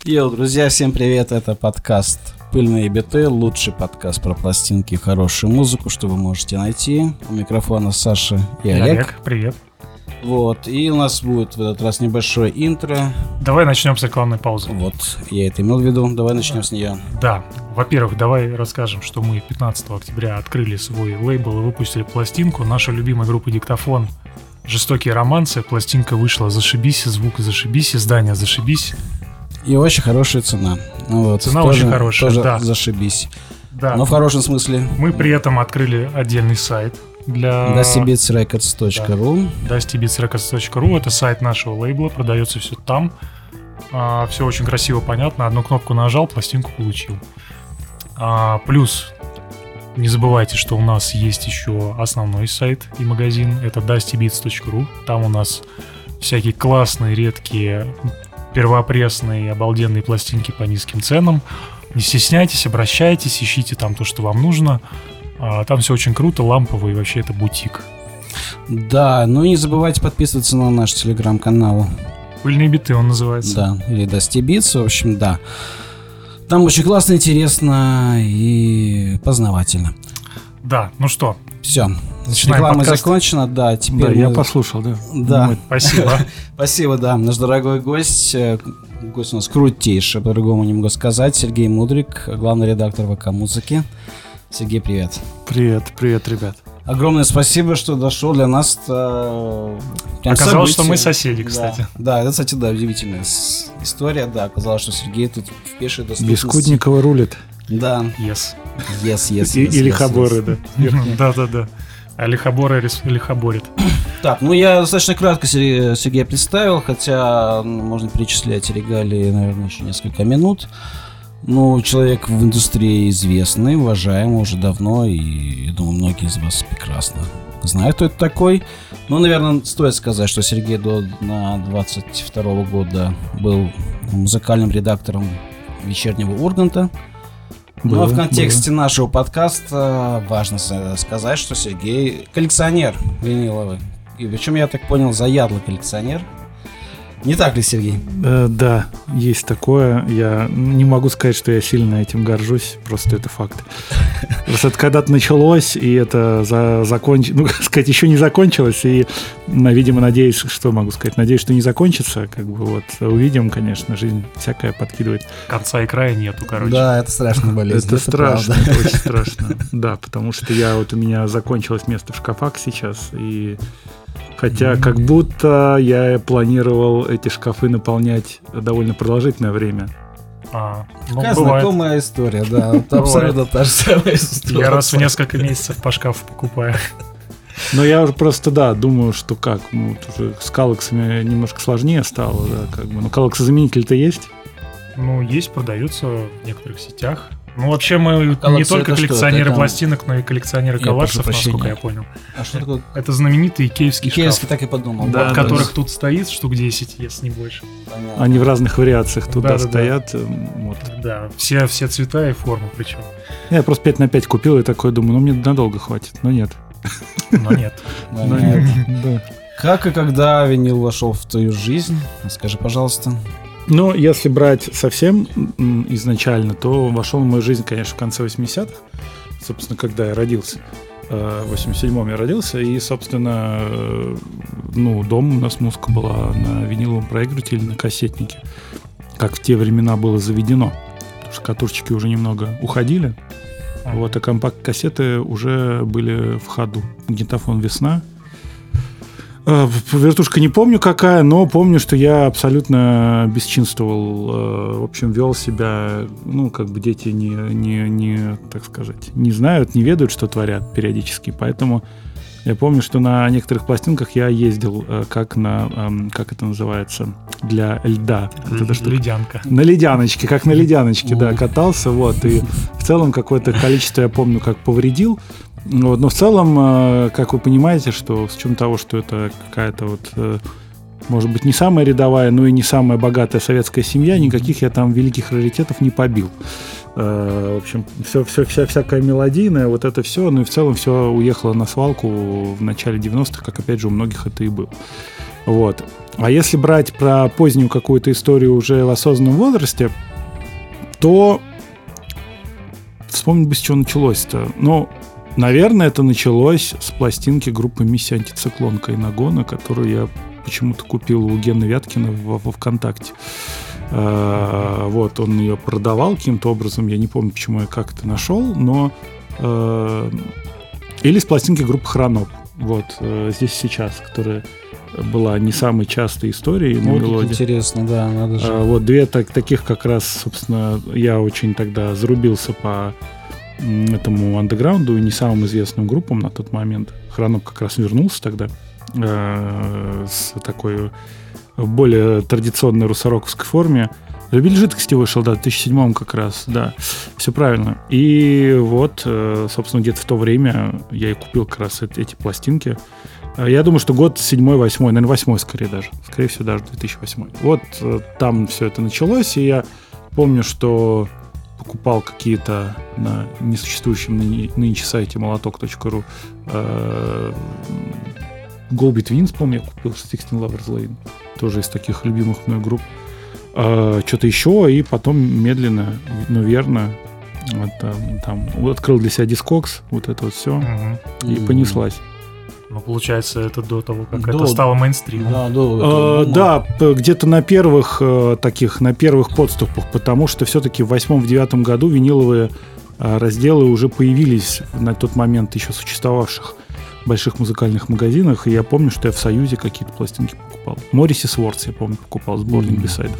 Йоу, друзья, всем привет, это подкаст «Пыльные биты», лучший подкаст про пластинки и хорошую музыку, что вы можете найти. У микрофона Саша и Олег. Привет. Вот, и у нас будет в этот раз небольшое интро. Давай начнем с рекламной паузы. Вот, я это имел в виду, давай начнем с нее. Да, во-первых, давай расскажем, что мы 15 октября открыли свой лейбл и выпустили пластинку. Наша любимая группа «Диктофон», «Жестокие романсы». Пластинка вышла зашибись, звук зашибись, издание зашибись. И очень хорошая цена. Вот, цена тоже, очень хорошая, тоже да. Зашибись. Да. Но в хорошем смысле. Мы при этом открыли отдельный сайт для dustbeatsrecords.ru. dustbeatsrecords.ru — это сайт нашего лейбла, продается все там. Все очень красиво, понятно. Одну кнопку нажал, пластинку получил. Плюс не забывайте, что у нас есть еще основной сайт и магазин. Это dustbeats.ru. Там у нас всякие классные, редкие, первоапресные, обалденные пластинки по низким ценам. Не стесняйтесь, обращайтесь, ищите там то, что вам нужно. Там все очень круто, лампово, и вообще это бутик. Да, ну и не забывайте подписываться на наш телеграм-канал. «Пыльные биты» он называется. Да, или Dusty Beats, в общем, да. Там очень классно, интересно и познавательно. Да, ну что? Все, начинаем реклама подкаст. Закончена, да, теперь я послушал, да. Да. Спасибо. Спасибо, да. Наш дорогой гость у нас крутейший, по-другому не могу сказать, Сергей Мудрик, главный редактор ВК-музыки. Сергей, привет. Привет, ребят. Огромное спасибо, что дошел для нас. Оказалось, что мы соседи, кстати. Да, это, кстати, да, удивительная история. Да, оказалось, что Сергей тут в пешей доступности. Бескудникова рулит. Да. Yes. И лихоборы, да. Да. А лихоборы лихоборит. Так, ну я достаточно кратко Сергея представил, хотя можно перечислять регалии, наверное, еще несколько минут. Ну, человек в индустрии известный, уважаемый уже давно, и, я думаю, многие из вас прекрасно знают, кто это такой. Но, наверное, стоит сказать, что Сергей до 22 года был музыкальным редактором «Вечернего Урганта». Ну, а в контексте нашего подкаста важно сказать, что Сергей коллекционер виниловый. И причем, я так понял, заядлый коллекционер. Не так ли, Сергей? Да, есть такое. Я не могу сказать, что я сильно этим горжусь, просто это факт. Просто это когда-то началось, и это сказать, еще не закончилось, и, видимо, надеюсь, что могу сказать, надеюсь, что не закончится, как бы вот увидим, конечно, жизнь всякая подкидывает. Конца и края нету, короче. Да, это страшная болезнь. Это страшно, очень страшно. Да, потому что у меня закончилось место в шкафах сейчас, и хотя как будто я планировал эти шкафы наполнять довольно продолжительное время. Какая знакомая история, да. Абсолютно та же самая история. Я раз в несколько месяцев по шкафу покупаю. Но я уже просто, думаю, что уже с калексами немножко сложнее стало, да, как бы. Но калексозаменитель-то есть? Ну, есть, продаются в некоторых сетях. Ну, вообще, мы не только это коллекционеры пластинок, но и коллекционеры коллапсов, насколько я понял. А что такое? Это знаменитый икеевский шкаф. Икеевский, так и подумал. Да, которых тут стоит штук 10, если не больше. Понятно. Они в разных вариациях туда стоят. Вот. Да, все цвета и формы причем. Я просто 5 на 5 купил и такой думаю, мне надолго хватит, но нет. Но нет. Да. Как и когда винил вошел в твою жизнь? Скажи, пожалуйста. Ну, если брать совсем изначально, то вошел в мою жизнь, конечно, в конце 80-х. Собственно, когда я родился. В 87-м я родился, и, собственно, дома у нас музыка была на виниловом проигрывателе или на кассетнике. Как в те времена было заведено. Потому что катушечки уже немного уходили. Вот, а компакт-кассеты уже были в ходу. Магнитофон «Весна». Вертушка не помню какая, но помню, что я абсолютно бесчинствовал. В общем, вел себя, как бы дети не, так сказать, не знают, не ведают, что творят периодически. Поэтому я помню, что на некоторых пластинках я ездил как это называется, для льда. Ледянка. На ледяночке, как на ледяночке, да, катался. Вот, и в целом какое-то количество я помню, как повредил. Вот, но в целом, как вы понимаете, что с учетом того, что это какая-то может быть, не самая рядовая, но и не самая богатая советская семья, никаких я там великих раритетов не побил. В общем, всякое мелодийное, вот это все, ну и в целом все уехало на свалку в начале 90-х, как опять же у многих это и было. Вот. А если брать про позднюю какую-то историю уже в осознанном возрасте, то вспомнить бы, с чего началось-то. Ну, наверное, это началось с пластинки группы «Миссия Антициклон» Кайнагона, которую я почему-то купил у Гены Вяткина во ВКонтакте. Вот, он ее продавал каким-то образом, я не помню, почему я как это нашел, но... Или с пластинки группы «Хроноп». Вот, здесь сейчас, которая была не самой частой историей на мелодии. Интересно, да, надо же. Вот две таких как раз, собственно, я очень тогда зарубился по этому андеграунду и не самым известным группам на тот момент. «Хроноп» как раз вернулся тогда с такой более традиционной русороковской форме. «Любили жидкости» вышел, да, в 2007 как раз, да, все правильно. И вот, собственно, где-то в то время я и купил как раз эти пластинки. Я думаю, что год 7-8, наверное, 8 скорее даже. Скорее всего, даже 2008. Вот там все это началось, и я помню, что покупал какие-то на несуществующем нынче сайте молоток.ру Голби Твинс, помню, я купил Sixteen Lovers Lane. Тоже из таких любимых мной групп. Что-то еще, и потом медленно, но верно там открыл для себя Discogs, вот это вот все, и понеслась. Ну, получается, это до того, как это стало мейнстримом. Да, где-то на первых подступах, потому что все-таки в 8-9 году виниловые разделы уже появились на тот момент еще существовавших больших музыкальных магазинах, и я помню, что я в Союзе какие-то пластинки покупал. Морриси Свордс, я помню, покупал сборник бисайдов.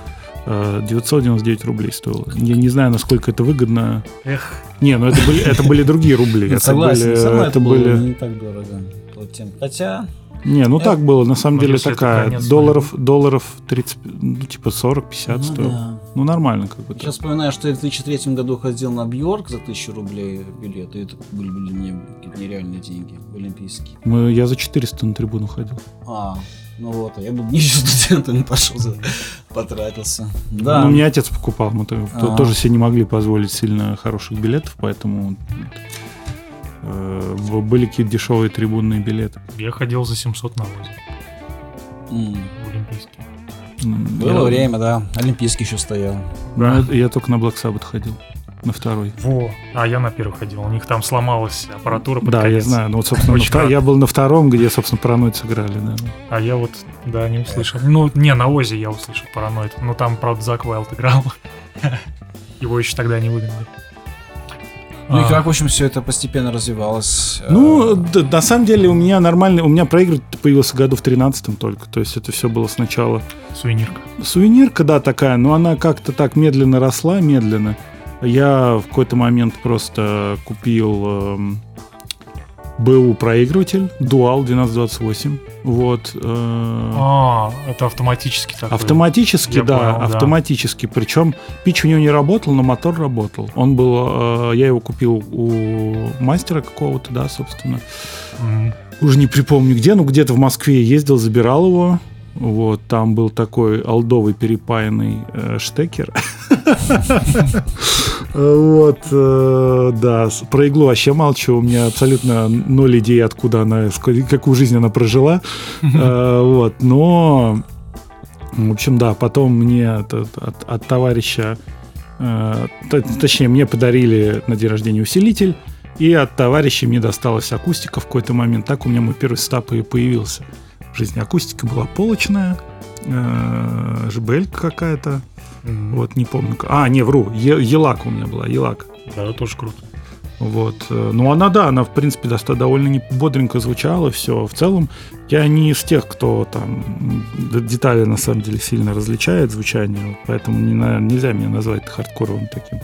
999 рублей стоило. Я не знаю, насколько это выгодно. Эх. Не, ну это были другие рубли. Согласен, это было не так дорого. Хотя... Не, ну так было, на самом деле такая. Долларов 30, ну типа 40-50 стоило. Да. Ну нормально как бы. Сейчас вспоминаю, что я в 2003 году ходил на Бьорк за 1000 рублей билет, и это были для меня какие-то нереальные деньги, олимпийские. Я за 400 на трибуну ходил. Ну вот, а я был еще студентом и пошел, потратился. Да. Ну, мне отец покупал, мы тоже себе не могли позволить сильно хороших билетов, поэтому были какие-то дешевые трибунные билеты. Я ходил за 700 на ВОЗе. В Олимпийский. Было время, да. Олимпийский еще стоял. Да. Я только на Black Sabbath ходил. На второй. А я на первый ходил. У них там сломалась аппаратура под конец. Да, я знаю. Ну, вот, собственно, я был на втором, где, собственно, Параноид сыграли, да. А я вот, да, не услышал. Ну, не, на Озе я услышал Параноид. Но там, правда, Зак Уайлд играл. Его еще тогда не выгнали. Ну и как, в общем, все это постепенно развивалось? Ну, на самом деле у меня проигрыватель появился году в 13-м только, то есть это все было сначала... Сувенирка, да, такая, но она как-то так медленно росла, Я в какой-то момент просто купил БУ проигрыватель, Dual 1228, вот. Это автоматически такой. Автоматически, да, понял, автоматически. Причем пич у него не работал, но мотор работал. Он был, я его купил у мастера какого-то, да, собственно. Уже не припомню где, но где-то в Москве ездил, забирал его. Вот, там был такой олдовый перепаянный штекер. Вот, да, про иглу вообще молчу, у меня абсолютно ноль идей, откуда она, какую жизнь она прожила. Вот, но, в общем, да, потом мне от товарища, точнее, мне подарили на день рождения усилитель, и от товарища мне досталась акустика в какой-то момент. Так у меня мой первый стап и появился. В жизни акустика была полочная, ЖБЛ какая-то, вот, не помню. Елак у меня была, Елак. Да, это тоже круто. Вот, ну она, в принципе, довольно бодренько звучала, все. В целом, я не из тех, кто там детали, на самом деле, сильно различает звучание, поэтому нельзя меня назвать хардкоровым таким,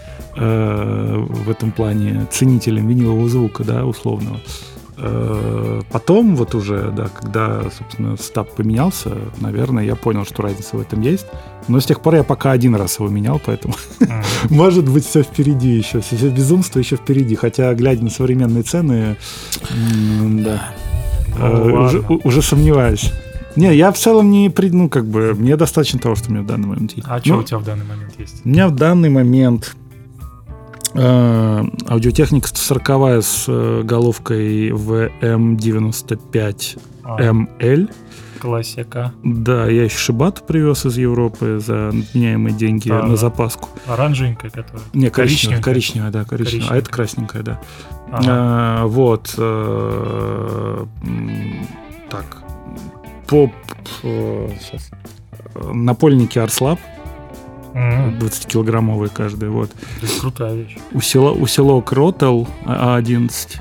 в этом плане, ценителем винилового звука, да, условного. Потом, вот уже, да, когда, собственно, стаб поменялся, наверное, я понял, что разница в этом есть. Но с тех пор я пока один раз его менял, поэтому может быть все впереди еще. Все безумство еще впереди. Хотя, глядя на современные цены, уже сомневаюсь. Не, я в целом мне достаточно того, что у меня в данный момент есть. А что у тебя в данный момент есть? У меня в данный момент Аудиотехника 140 с головкой VM95ML. Классика. Да, я еще Шибату привез из Европы за вменяемые деньги на запаску. Оранжевенькая, которая? Не, коричневая, да, коричневая. А это красненькая, да. Ага. Вот. Так. Сейчас. Напольники Арслаб. 20-килограммовые каждый. Вот. Это крутая вещь. Усилок Ротел А11.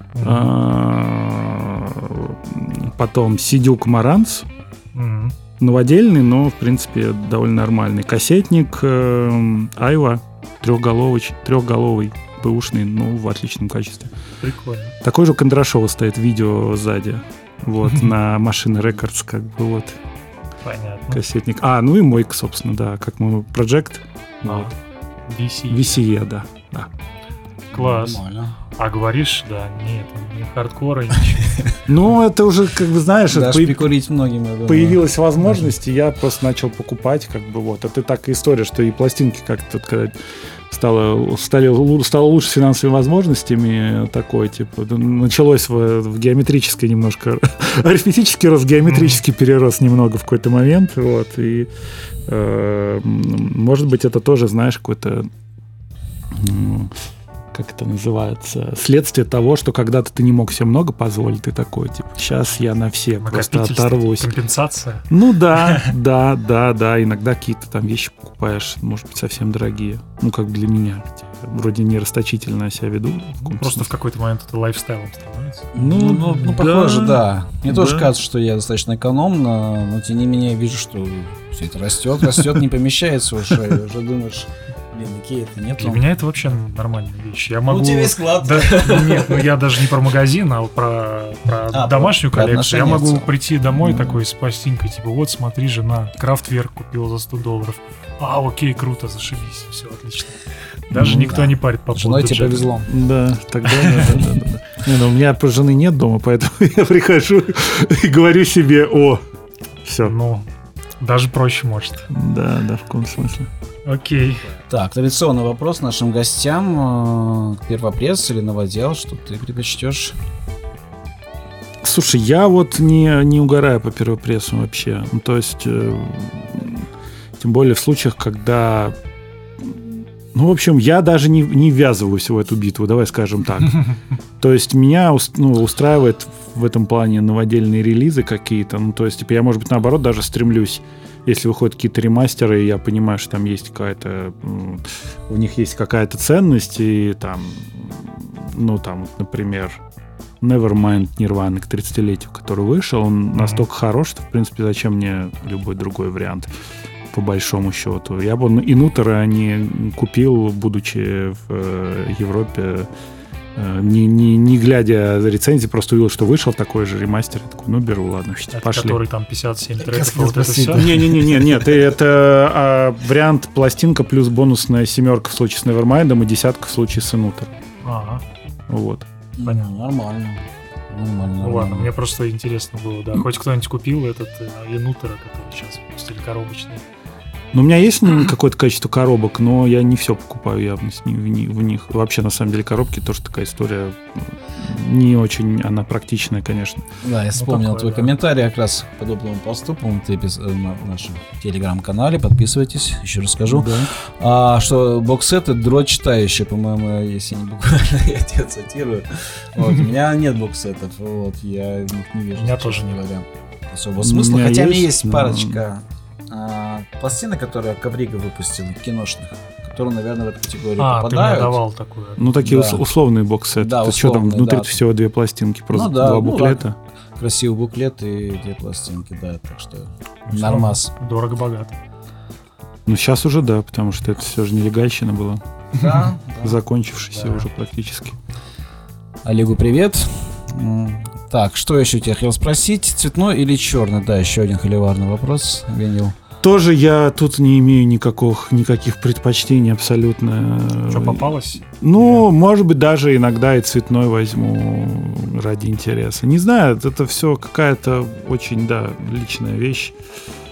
Потом Сидюк Маранс. Новодельный, но, в принципе, довольно нормальный. Кассетник Айва. Трехголовый. Бэушный, но в отличном качестве. Прикольно. Такой же у Кондрашова стоит видео сзади. Вот, на машины Records, как бы, вот. Понятно. Кассетник. Ну и мойка, собственно, да, как мы Project. Вот. VCE, да. Класс. Нормально. А говоришь, да, нет, не хардкора, ничего. Ну, это уже, как бы, знаешь, Даже прикурить многим, я думаю. Появилась возможность, и я просто начал покупать, как бы, вот. Это так история, что и пластинки как-то, когда стало лучше с финансовыми возможностями, такой, типа, началось в геометрической немножко, арифметический рост, геометрический перерос немного в какой-то момент, вот, и, может быть, это тоже, знаешь, какой-то, как это называется, следствие того, что когда-то ты не мог себе много позволить, ты такой, типа, сейчас я на все просто оторвусь. Компенсация? Ну да, иногда какие-то там вещи покупаешь, может быть, совсем дорогие, ну, как для меня, вроде не расточительно себя веду. Просто в какой-то момент это лайфстайлом становится. Ну, похоже, да. Мне тоже кажется, что я достаточно экономно, но тем не менее я вижу, что все это растет, не помещается уже, и уже думаешь... Блин, это нет. Для меня это вообще нормальная вещь. Я могу... У тебя есть склад. Да, нет, я даже не про магазин, а про домашнюю коллекцию. Я могу прийти домой такой с пластинкой, типа, вот смотри, жена Крафтверк купила за $100. Окей, круто, зашибись, все отлично. Даже никто не парит по поводу женой тебе повезло. Да, тогда да. Не, ну у меня жены нет дома, поэтому я прихожу и говорю себе, все. Ну, даже проще может. Да, в каком смысле. Окей. Так, традиционный вопрос нашим гостям. Первопресс или новодел, что ты предпочтешь? Слушай, я вот не угораю по первопрессу вообще. Ну, то есть, тем более в случаях, когда... Ну, в общем, я даже не ввязываюсь в эту битву, давай скажем так. То есть меня устраивает в этом плане новодельные релизы какие-то. Ну, то есть, типа, я, может быть, наоборот, даже стремлюсь, если выходят какие-то ремастеры, и я понимаю, что там есть какая-то... В них есть какая-то ценность, и там... Ну, там, например, Nevermind Nirvana к 30-летию, который вышел, он настолько хорош, что, в принципе, зачем мне любой другой вариант, по большому счету. Я бы Инутера не купил, будучи в Европе, не глядя за рецензии, просто увидел, что вышел такой же ремастер. Я такой, беру, ладно, пошли. Который там 57 треков, вот это все? Нет, это вариант пластинка плюс бонусная 7 в случае с Nevermind и 10 в случае с Инутером. Ага. Вот. Понятно. Нормально. Ну ладно, мне просто интересно было, да. Хоть кто-нибудь купил этот Инутера, который сейчас выпустили коробочный. Ну, у меня есть какое-то качество коробок, но я не все покупаю явно в них. Вообще, на самом деле, коробки тоже такая история не очень, она практичная, конечно. Да, я вспомнил твой комментарий как раз к подобному посту, по-моему, ты на нашем телеграм-канале, подписывайтесь, еще расскажу. Да. Что боксеты дрочь-читающие, по-моему, если не буквально, я тебя цитирую. Вот, у меня нет боксетов, вот, я не вижу. У меня тоже не вариант особого смысла, хотя у меня есть парочка пластинок, которые Коврига выпустил, киношных, которые, наверное, в эту категорию попадают. Ты мне давал такую. Ну, такие условные боксеты. Да, условные, что там, внутри всего 2 пластинки, просто 2 буклета. Красивый буклет и 2 пластинки, да, так что нормас. Дорого-богато. Ну, сейчас уже да, потому что это все же нелегальщина была. Да. Закончившаяся уже практически. Олегу привет. Так, что еще тебя хотел спросить? Цветной или черный? Да, еще один холиварный вопрос. Винил. Тоже я тут не имею никаких предпочтений абсолютно. Что попалось? Ну, может быть, даже иногда и цветной возьму ради интереса. Не знаю, это все какая-то очень, личная вещь.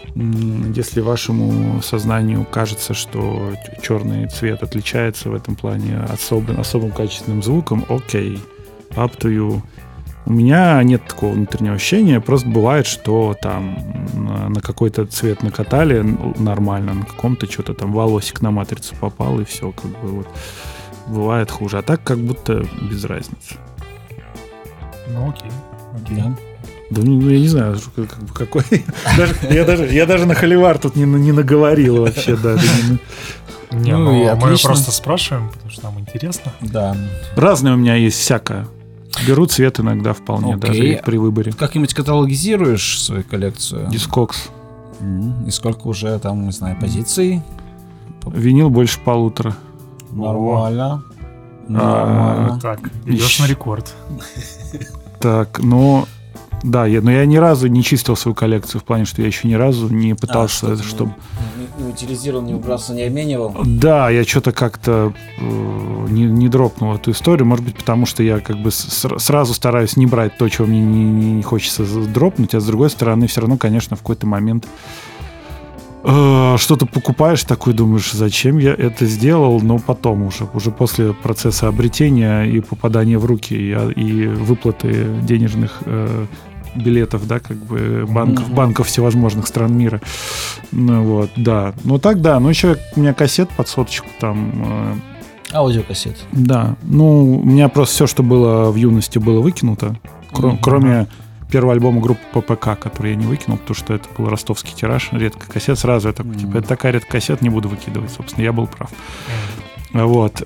Если вашему сознанию кажется, что черный цвет отличается в этом плане особым качественным звуком, окей, up to you. У меня нет такого внутреннего ощущения, просто бывает, что там на какой-то цвет накатали нормально, на каком-то что-то там волосик на матрицу попал, и все, как бы вот. Бывает хуже, а так как будто без разницы. Ну окей. Да. Да, ну я не знаю, как бы какой. Я даже на холивар тут не наговорил вообще даже. Не, Ну, и мы отлично. просто спрашиваем, потому что нам интересно. Да. Разное у меня есть всякое. Беру цвет иногда вполне, Окей. даже и при выборе. Как-нибудь каталогизируешь свою коллекцию? Дискокс. И сколько уже там, не знаю, позиций? Винил больше 1,5. Нормально. А, Нормально. Так, идешь на рекорд. Так, но но я ни разу не чистил свою коллекцию в плане, что я еще ни разу не пытался, чтобы... Не утилизировал, не убрался, не обменивал? Да, я что-то как-то не дропнул эту историю. Может быть, потому что я как бы сразу стараюсь не брать то, чего мне не хочется дропнуть, а с другой стороны, все равно, конечно, в какой-то момент что-то покупаешь, такой думаешь, зачем я это сделал, но потом уже после процесса обретения и попадания в руки и выплаты денежных билетов, да, как бы банков всевозможных стран мира. Ну, вот, да. Ну так, да. Ну еще у меня кассет под соточку там. Аудиокассет. Да. Ну, у меня просто все, что было в юности, было выкинуто. Кроме первого альбома группы ППК, который я не выкинул, потому что это был ростовский тираж, редкая кассета. Сразу я такой, типа, это такая редкая кассета, не буду выкидывать. Собственно, я был прав. Вот.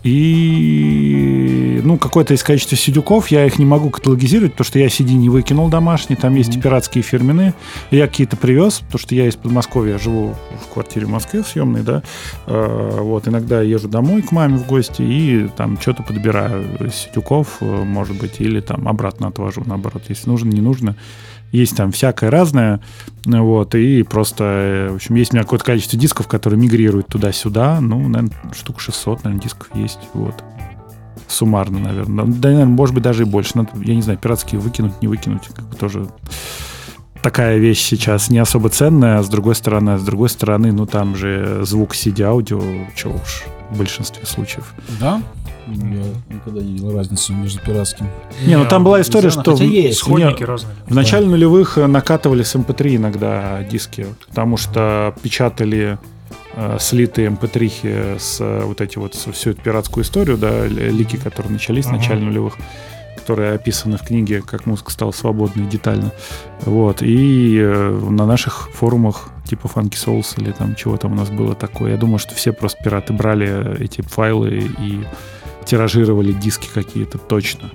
И, ну, какое-то из количества сидюков, я их не могу каталогизировать, потому что я CD не выкинул домашний, там есть и пиратские фирменные. Я какие-то привез, потому что я из Подмосковья живу в квартире в Москве съемной, да. Вот. Иногда я езжу домой к маме в гости и там что-то подбираю из сидюков, может быть, или там обратно отвожу, наоборот, если нужно, не нужно. Есть там всякое разное, вот, и просто, в общем, есть у меня какое-то количество дисков, которые мигрируют туда-сюда, ну, наверное, штук 600, наверное, дисков есть, вот, суммарно, наверное, да, наверное, может быть, даже и больше, надо, я не знаю, пиратские выкинуть, не выкинуть, как бы тоже такая вещь сейчас не особо ценная, а с другой стороны, ну, там же звук CD-аудио, чего уж, в большинстве случаев. Да? Я никогда не видел разницу между пиратским. Не, ну там была история, что Сходники разные. в начале нулевых накатывали с MP3 иногда диски, потому что печатали слитые MP3 с вот эти вот всю эту пиратскую историю, да, лики, которые начались в начале нулевых, которые описаны в книге «Как музыка стала свободной» детально. Вот. И на наших форумах типа Funky Souls или там чего там у нас было такое, я думаю, что все просто пираты брали эти файлы и тиражировали диски какие-то точно.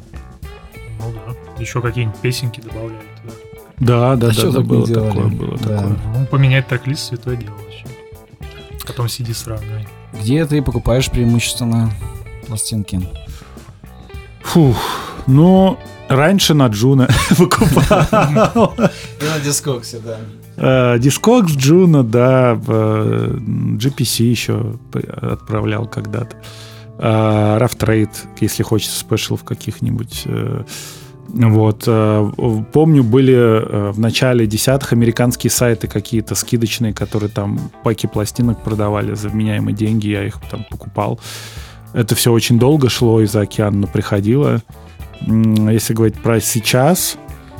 Ну да. Еще какие-нибудь песенки добавляют туда. Да, А что так было не делали? такое, было Да. такое. Ну, поменять трек-лист — святое дело вообще. Потом CD сравнивай. Где ты покупаешь преимущественно пластинки? Фух, ну, раньше на Джуна покупал. И на дискоксе, да. Discogs, Juno, да, GPC еще отправлял когда-то. Rough Trade, если хочется спешл каких-нибудь. Вот. Помню, были в начале десятых американские сайты какие-то скидочные, которые там паки пластинок продавали за вменяемые деньги, я их там покупал. Это все очень долго шло из-за океана, но приходило. Если говорить про сейчас,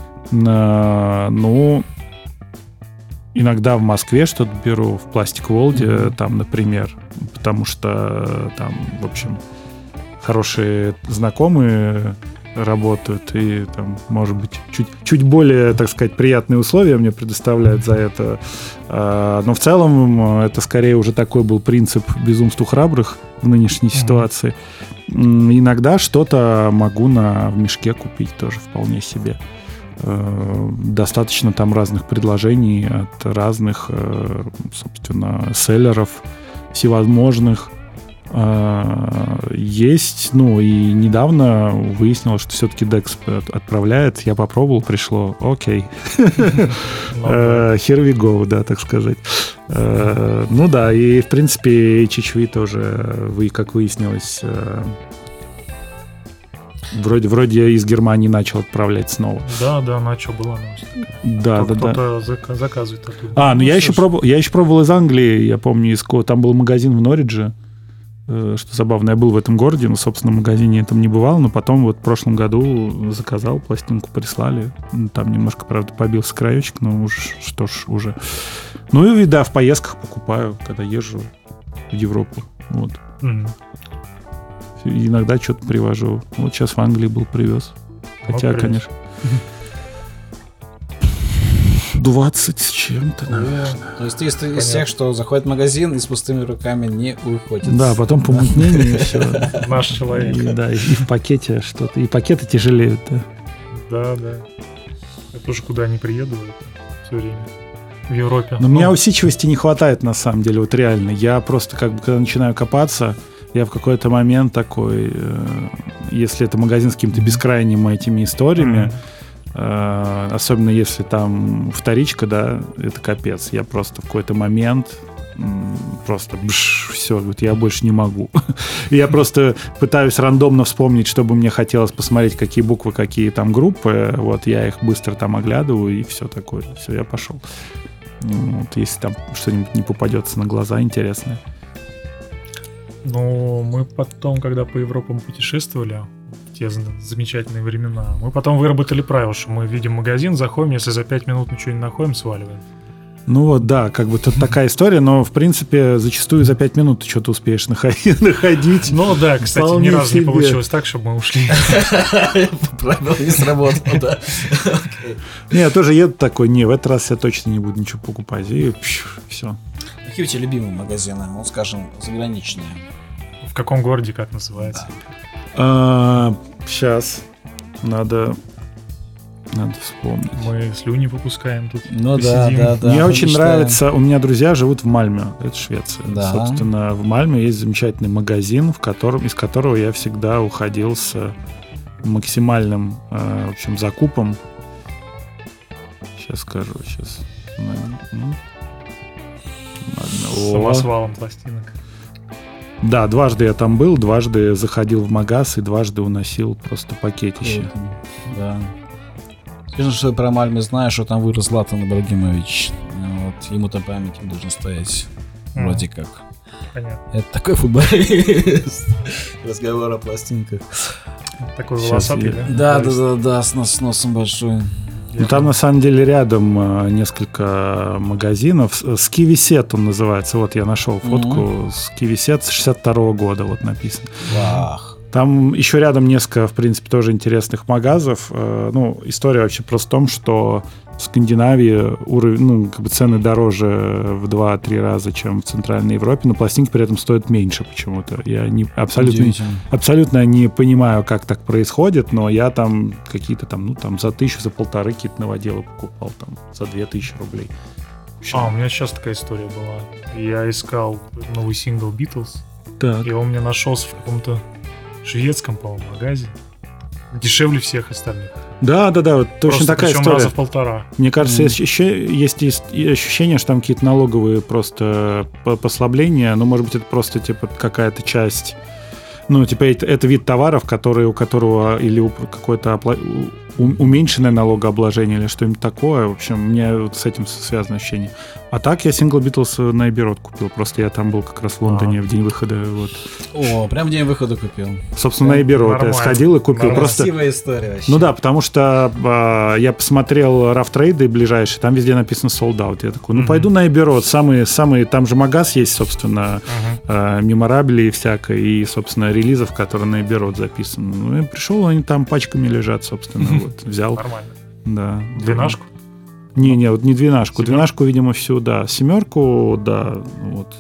ну, иногда в Москве что-то беру, в Plastic World, там, например, потому что там, в общем, хорошие знакомые работают, и там, может быть, чуть более, так сказать, приятные условия мне предоставляют за это. Но в целом это скорее уже такой был принцип безумству храбрых в нынешней ситуации. Иногда что-то могу в мешке купить тоже вполне себе. Достаточно там разных предложений от разных, собственно, селлеров всевозможных. Есть, ну, и недавно выяснилось, что все-таки Dex отправляет. Я попробовал, пришло, окей. Here we go, да, так сказать. Ну да, и, в принципе, HHV тоже, как выяснилось, вроде из Германии начал отправлять снова. Да, начал, была новость такая. Да. Кто-то заказывает оттуда. Я еще пробовал из Англии, я помню, там был магазин в Норридже, что забавно, я был в этом городе, но, собственно, в магазине там не бывал, но потом вот в прошлом году заказал, пластинку прислали, там немножко, правда, побился краечек, но уж, что ж, уже. Ну и, да, в поездках покупаю, когда езжу в Европу, вот. Иногда что-то привожу. Вот сейчас в Англии был, привез. Хотя, конечно... 20 с чем-то, наверное. То есть ты из тех, что заходит в магазин и с пустыми руками не уходит. Да, потом помутнение и все. Наш человек. И в пакете что-то. И пакеты тяжелеют, да. Да. Я тоже куда не приеду все время. В Европе. Но у меня усидчивости не хватает, на самом деле, вот реально. Я просто когда начинаю копаться, я в какой-то момент такой, если это магазин с какими-то бескрайними этими историями, особенно если там вторичка, да, это капец. Я просто в какой-то момент просто все, говорит, я больше не могу. Я просто пытаюсь рандомно вспомнить, что бы мне хотелось посмотреть, какие буквы, какие там группы. Вот я их быстро там оглядываю, и все такое. Все, я пошел. Вот, если там что-нибудь не попадется на глаза интересное. Ну, мы потом, когда по Европам путешествовали, в те замечательные времена, мы потом выработали правило, что мы видим магазин, заходим, если за 5 минут ничего не находим, сваливаем. Ну вот, да, как бы тут такая история, но, в принципе, зачастую за 5 минут ты что-то успеешь находить. Ну да, кстати, ни разу не получилось так, чтобы мы ушли. Правило не сработало, да. Не, я тоже еду такой, в этот раз я точно не буду ничего покупать, и все. Какие у тебя любимые магазины, ну, скажем, заграничные? В каком городе, как называется? Сейчас надо вспомнить. Мы слюни выпускаем тут. Ну да. Мне очень нравится, у меня друзья живут в Мальме, это Швеция. Да. Собственно, в Мальме есть замечательный магазин, из которого я всегда уходил с максимальным, в общем, закупом. Сейчас скажу, С самосвалом пластинок. Да, дважды я там был, дважды заходил в магаз и дважды уносил просто пакетище. Да. Скажи, что ты про Мальме знаешь, что там вырос Златан Ибрагимович. Вот, ему-то памятник должен стоять. Вроде как. Понятно. Это такой футболист. Разговор о пластинках. Такой волосатый, да? Да, с носом большой. Ну, там на самом деле рядом несколько магазинов. Скивисет он называется. Вот я нашел фотку. Скивисет с 62-го года, вот написано. Вах. Там еще рядом несколько, в принципе, тоже интересных магазов. Ну, история вообще просто в том, что в Скандинавии цены дороже в 2-3 раза, чем в Центральной Европе, но пластинки при этом стоят меньше почему-то. Я абсолютно не понимаю, как так происходит, но я там какие-то там за 1000, за 1500 какие-то новоделы покупал, там, за 2000 рублей. У меня сейчас такая история была. Я искал новый сингл Beatles, так. И он мне нашелся в каком-то шведском, по-моему, магазе. Дешевле всех остальных. Да, вот точно такая история. Раза в 1,5. Мне кажется, еще есть ощущение, что там какие-то налоговые просто послабления, но, может быть, это просто типа какая-то часть, ну, типа это вид товаров, у которого или какое-то уменьшенное налогообложение или что-нибудь такое. В общем, у меня вот с этим связано ощущение. А так я сингл Битлз на Эбби-Род купил. Просто я там был как раз в Лондоне в день выхода. Вот. О, прям в день выхода купил. Собственно, на Эбби-Род я сходил и купил. Красивая история вообще. Ну да, потому что я посмотрел рафтрейды ближайшие, там везде написано sold out. Я такой, пойду на Эбби-Род. Самые, там же магаз есть, собственно, меморабли и всякое, и, собственно, релизов, которые на Эбби-Род записаны. Ну, я пришел, они там пачками лежат, собственно, вот, взял. Нормально. Да. 12? Не, вот не 12. 12, видимо, всю, да. 7, да, вот.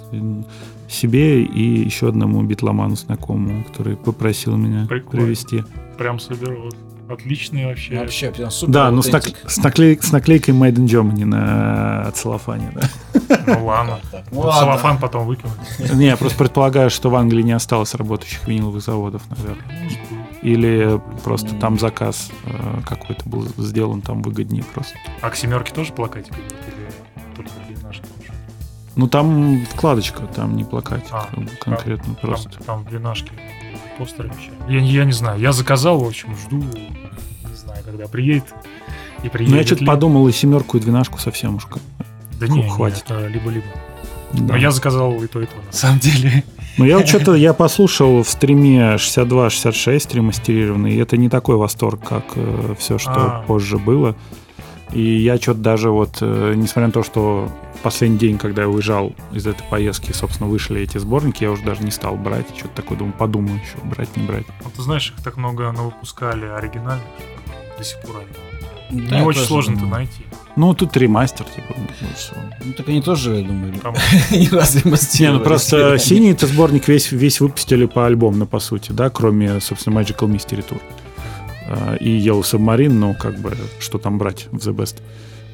Себе и еще одному битломану знакомому, который попросил меня привезти. Прям соберу. Отличный вообще. Вообще, прям супер. Да, ну с наклейкой Made in Germany на целлофане, да. Ну ладно. Целлофан потом выкину. Не, я просто предполагаю, что в Англии не осталось работающих виниловых заводов, наверное. Или просто там заказ какой-то был сделан, там выгоднее просто. А к 7 тоже плакатик идет? Или только длиннашка? Ну там вкладочка, там не плакатик конкретно там, просто. Там в длиннашке постер обещали. Я не знаю, я заказал, в общем, жду, не знаю, когда приедет. И приедет Ну, я что-то подумал, и 7 и 12 совсем уж Да не, хватит. Это либо-либо. Да. Но я заказал и то, на самом деле. Ну, я вот что-то, я послушал в стриме 62-66 ремастерированный, и это не такой восторг, как все, что позже было. И я что-то даже вот, несмотря на то, что в последний день, когда я уезжал из этой поездки, собственно, вышли эти сборники, я уже даже не стал брать. Что-то такое, думаю, подумаю еще, брать, не брать. Вот ты знаешь, их так много навыпускали оригинальных, что до сих пор они. Да, Не очень тоже, сложно-то найти. Ну, тут ремастер, типа. Ну, так они тоже, я думаю, Там- не раз ремастировали. Не, ну просто синий-то сборник весь выпустили поальбомно, по сути, да, кроме, собственно, Magical Mystery Tour. И Yellow Submarine, ну, как бы, что там брать в The Best.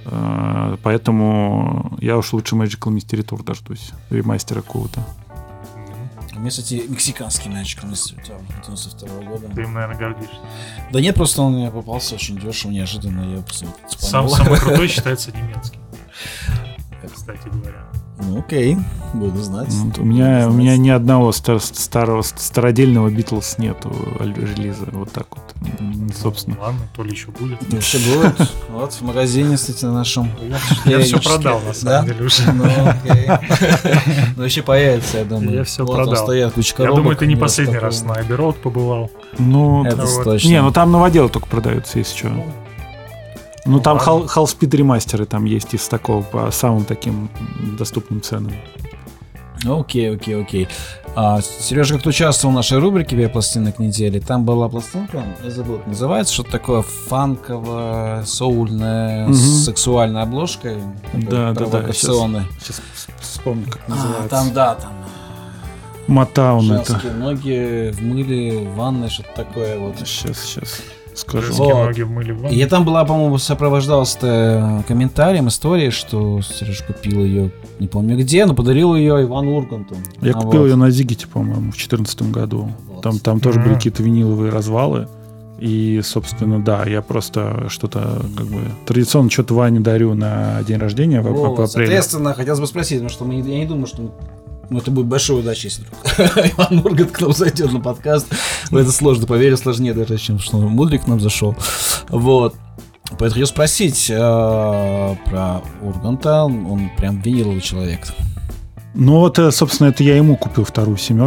Поэтому я уж лучше Magical Mystery Tour дождусь, ремастера какого-то. У меня, кстати, мексиканский мячик 92 года. Ты им, наверное, гордишься. Да нет, просто он мне попался очень дешево, неожиданно. Я Самый крутой считается немецкий, кстати говоря. Ну, окей, буду знать. Вот у меня ни одного старого стародельного Beatles нету релиза. Вот так вот. Собственно. Ладно, то ли еще будет. Вообще будет. Вот в магазине, кстати, нашем. Я все продал, на самом деле, уже. Ну, окей. Ну, еще появится, я думаю. Я всё Вот продал. там стоят куча Я коробок. думаю, ты не Нет последний такого. раз на Abbey Road побывал. Ну, Это Вот. точно. не, ну там новоделы только продаются, если что. Ну, там ладно. Half-Speed ремастеры там есть из такого по самым таким доступным ценам. Окей. Сережа как-то участвовал в нашей рубрике «Ве пластинок недели». Там была пластинка, я забыл, как называется, что-то такое фанковое, соульное, с сексуальной обложкой. Да. Провокационной. Сейчас вспомню, как А, называется. там, да, там Матаун это. женские ноги в мыле, в ванной, что-то такое вот. Сейчас скажу. Женские Вот. ноги вмыли в ванну. И там была, по-моему, сопровождалась комментарием история, что Сережа купил ее, не помню где, но подарил ее Ивану Урганту. Я купил ее на Зигите, по-моему, в 2014 году. Вот. Там тоже были какие-то виниловые развалы. И, собственно, да, я просто что-то, как бы, традиционно что-то Ване дарю на день рождения в Вот, апреле. соответственно, хотелось бы спросить, потому что я не думаю, что это будет большой удачей, если вдруг Иван Ургант к нам зайдет на подкаст. В это сложно поверить, сложнее даже, чем что Мудрик к нам зашел. Вот. Поэтому хотел спросить про Урганта. Он прям виниловый человек. Ну вот, собственно, это я ему купил вторую 7.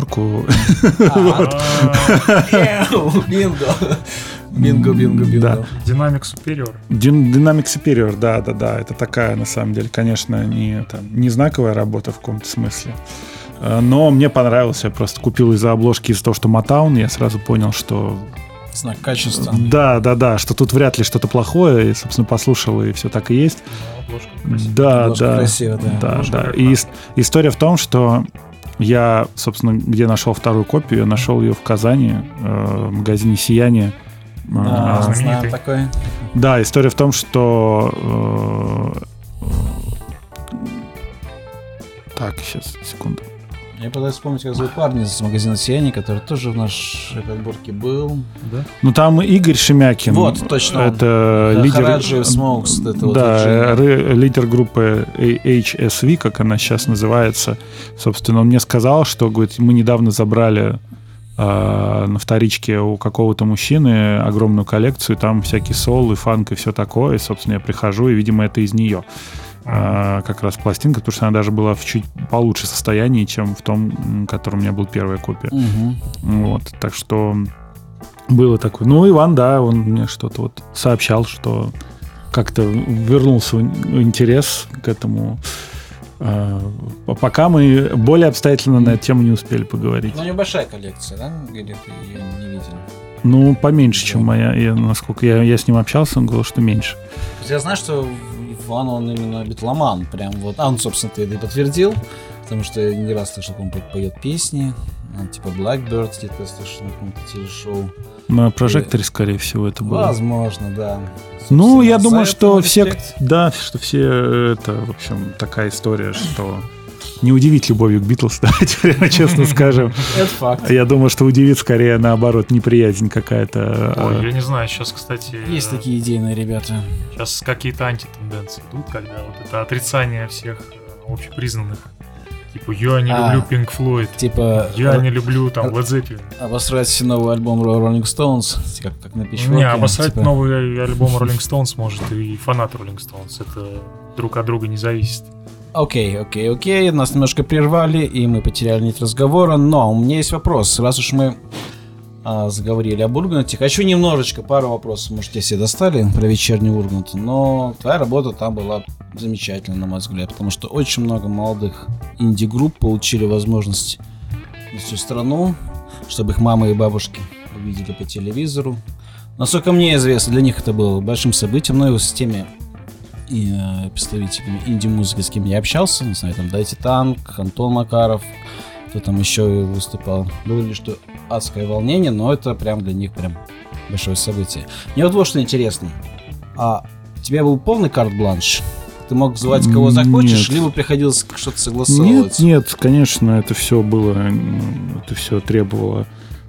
Бинго. Да. Динамик Superior. Dynamic Superior, да. Это такая, на самом деле, конечно, не знаковая работа в каком-то смысле. Но мне понравилось. Я просто купил из-за обложки, из-за того, что Motown, я сразу понял, что... Знак качества. Да, что тут вряд ли что-то плохое. И, собственно, послушал, и все так и есть. Обложка красивая. Да. Обложка красивая, да. Да. И история в том, что я, собственно, где нашел вторую копию, я нашел ее в Казани, в магазине «Сияние». Да, знаменитый. знаю такой. Да, история в том, что... Так, сейчас, секунду. Я пытаюсь вспомнить, как зовут парня из магазина «Сияние», который тоже в нашей подборке был. Да? Ну, там Игорь Шемякин. Вот, точно. Это лидер... Хараджи Smokes, это вот Да, Virginia. лидер группы HSV, как она сейчас называется. Собственно, он мне сказал, что, говорит, мы недавно забрали на вторичке у какого-то мужчины огромную коллекцию, там всякий соул и фанк и все такое. И, собственно, я прихожу, и, видимо, это из нее. Как раз пластинка, потому что она даже была в чуть получше состоянии, чем в том, котором у меня была первая копия. Вот, так что было такое. Ну, Иван, да, он мне что-то вот сообщал, что как-то вернулся интерес к этому. Пока мы более обстоятельно на эту тему не успели поговорить. Ну, небольшая коллекция, да? Или ты ее не видел? Ну, поменьше, чем моя. Насколько я с ним общался, он говорил, что меньше. Я знаю, что Иван, он именно битломан. Прям вот. Он, собственно, ты это и подтвердил. Потому что я не раз слышал, как он поет песни. Типа Blackbird, где-то слышал на каком-то телешоу. На прожекторе, скорее всего, это было. Возможно, да. Ну, я думаю, за что это все, респект. да, что все, это, в общем, такая история, что не удивить любовью к Битлз, давайте прямо честно скажем. Это факт. Я думаю, что удивит скорее, наоборот, неприязнь какая-то. Ой, я не знаю, сейчас, кстати... Есть такие идейные ребята. Сейчас какие-то антитенденции идут, когда вот это отрицание всех общепризнанных Типа, я не люблю Pink Floyd. Типа... Я не люблю, там, Led Zeppelin. Обосрать новый альбом Rolling Stones, как на пищевке. Не, обосрать новый альбом Rolling Stones может и фанат Rolling Stones. Это друг от друга не зависит. Окей. Нас немножко прервали, и мы потеряли нить разговора. Но у меня есть вопрос. Раз уж мы заговорили об Урганте, хочу немножечко, пару вопросов, может, те все достали про вечерний Ургант, но твоя работа там была замечательна, на мой взгляд, потому что очень много молодых инди-групп получили возможность на всю страну, чтобы их мамы и бабушки увидели по телевизору. Насколько мне известно, для них это было большим событием, но и с теми представителями инди-музыки, с кем я общался, не знаю, там Дайте Танк, Антон Макаров, кто там еще выступал, говорили, что адское волнение, но это прям для них прям большое событие. Мне вот что интересно, а у тебя был полный карт-бланш? Ты мог звать кого захочешь, либо приходилось что-то согласовывать? Нет, конечно, это все было, это все требовало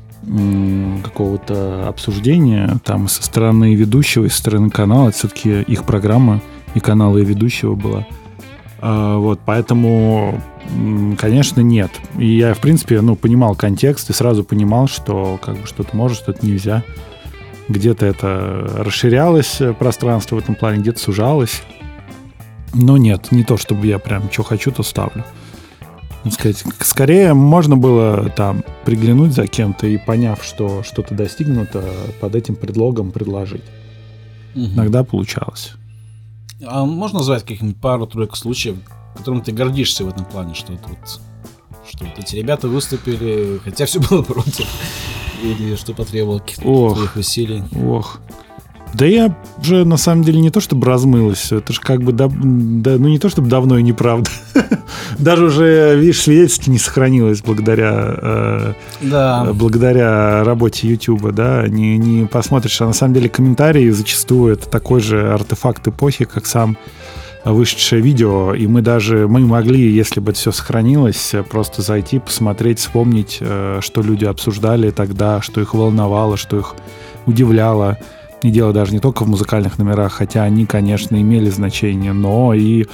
какого-то обсуждения там со стороны ведущего и со стороны канала. Это все-таки их программа и канала и ведущего была. Вот, поэтому, конечно, нет. И я, в принципе, понимал контекст и сразу понимал, что как бы что-то можно, что-то нельзя. Где-то это расширялось пространство в этом плане, где-то сужалось. Но нет, не то, чтобы я прям что хочу, то ставлю. Сказать, скорее можно было там приглянуть за кем-то и, поняв, что что-то достигнуто, под этим предлогом предложить. Иногда получалось. А можно назвать каких-нибудь пару-тройку случаев, которым ты гордишься в этом плане, что эти ребята выступили, хотя все было против, или что потребовало каких-то твоих усилий? Да я уже, на самом деле, не то чтобы размылась, это же как бы, не то чтобы давно и неправда. Даже уже, видишь, свидетельство не сохранилось благодаря работе Ютуба, да, не посмотришь, а на самом деле комментарии зачастую это такой же артефакт эпохи, как сам вышедшее видео, и мы могли, если бы это все сохранилось, просто зайти, посмотреть, вспомнить, что люди обсуждали тогда, что их волновало, что их удивляло. И дело даже не только в музыкальных номерах, хотя они, конечно, имели значение, но и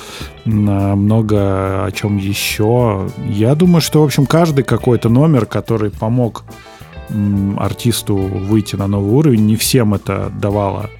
много о чем еще. Я думаю, что, в общем, каждый какой-то номер, который помог артисту выйти на новый уровень, не всем это давало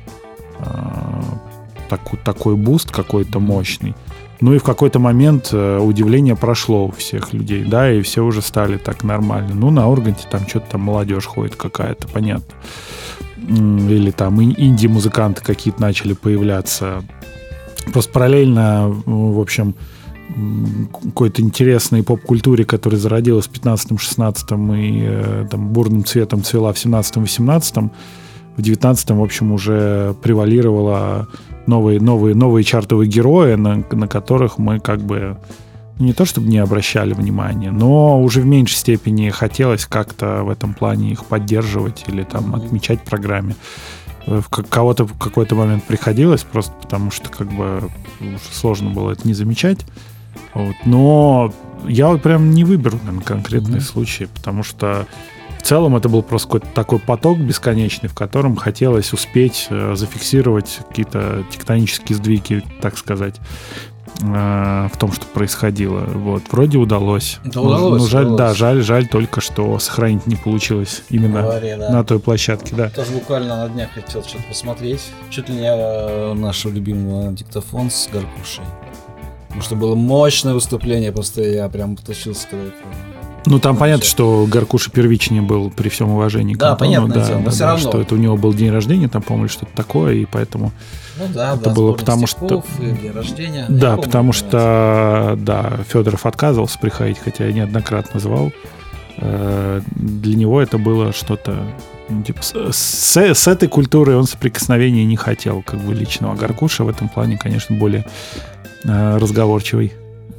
такой буст какой-то мощный. Ну и в какой-то момент удивление прошло у всех людей, да, и все уже стали так нормально. На Урганте там что-то там молодежь ходит какая-то, понятно. Или там инди-музыканты какие-то начали появляться. Просто параллельно, в общем, какой-то интересной поп-культуре, которая зародилась в 15-16 и там бурным цветом цвела в 17-18, в 19-м, в общем, уже превалировала новые чартовые герои, на которых мы как бы не то чтобы не обращали внимания, но уже в меньшей степени хотелось как-то в этом плане их поддерживать или там отмечать в программе. Кого-то в какой-то момент приходилось, просто потому что как бы сложно было это не замечать. Вот. Но я вот прям не выберу конкретные случаи, потому что в целом это был просто какой-то такой поток бесконечный, в котором хотелось успеть зафиксировать какие-то тектонические сдвиги, так сказать, в том, что происходило. Вот. Вроде удалось. Жаль только, что сохранить не получилось именно на той площадке. Да. Тоже буквально на днях хотел что-то посмотреть. Чуть ли не нашего любимого диктофон с Гаркушей. Потому что было мощное выступление, просто я прям потащился когда-то. Там понятно, что Гаркуша первичнее был при всем уважении к Антону. Понятно, но все равно. Что это у него был день рождения, там, по-моему, что-то такое, и поэтому это было потому что... день рождения. Да, потому что Федоров отказывался приходить, хотя я неоднократно звал. Для него это было что-то... типа, с этой культурой он соприкосновения не хотел, как бы личного. Гаркуша в этом плане, конечно, более разговорчивый.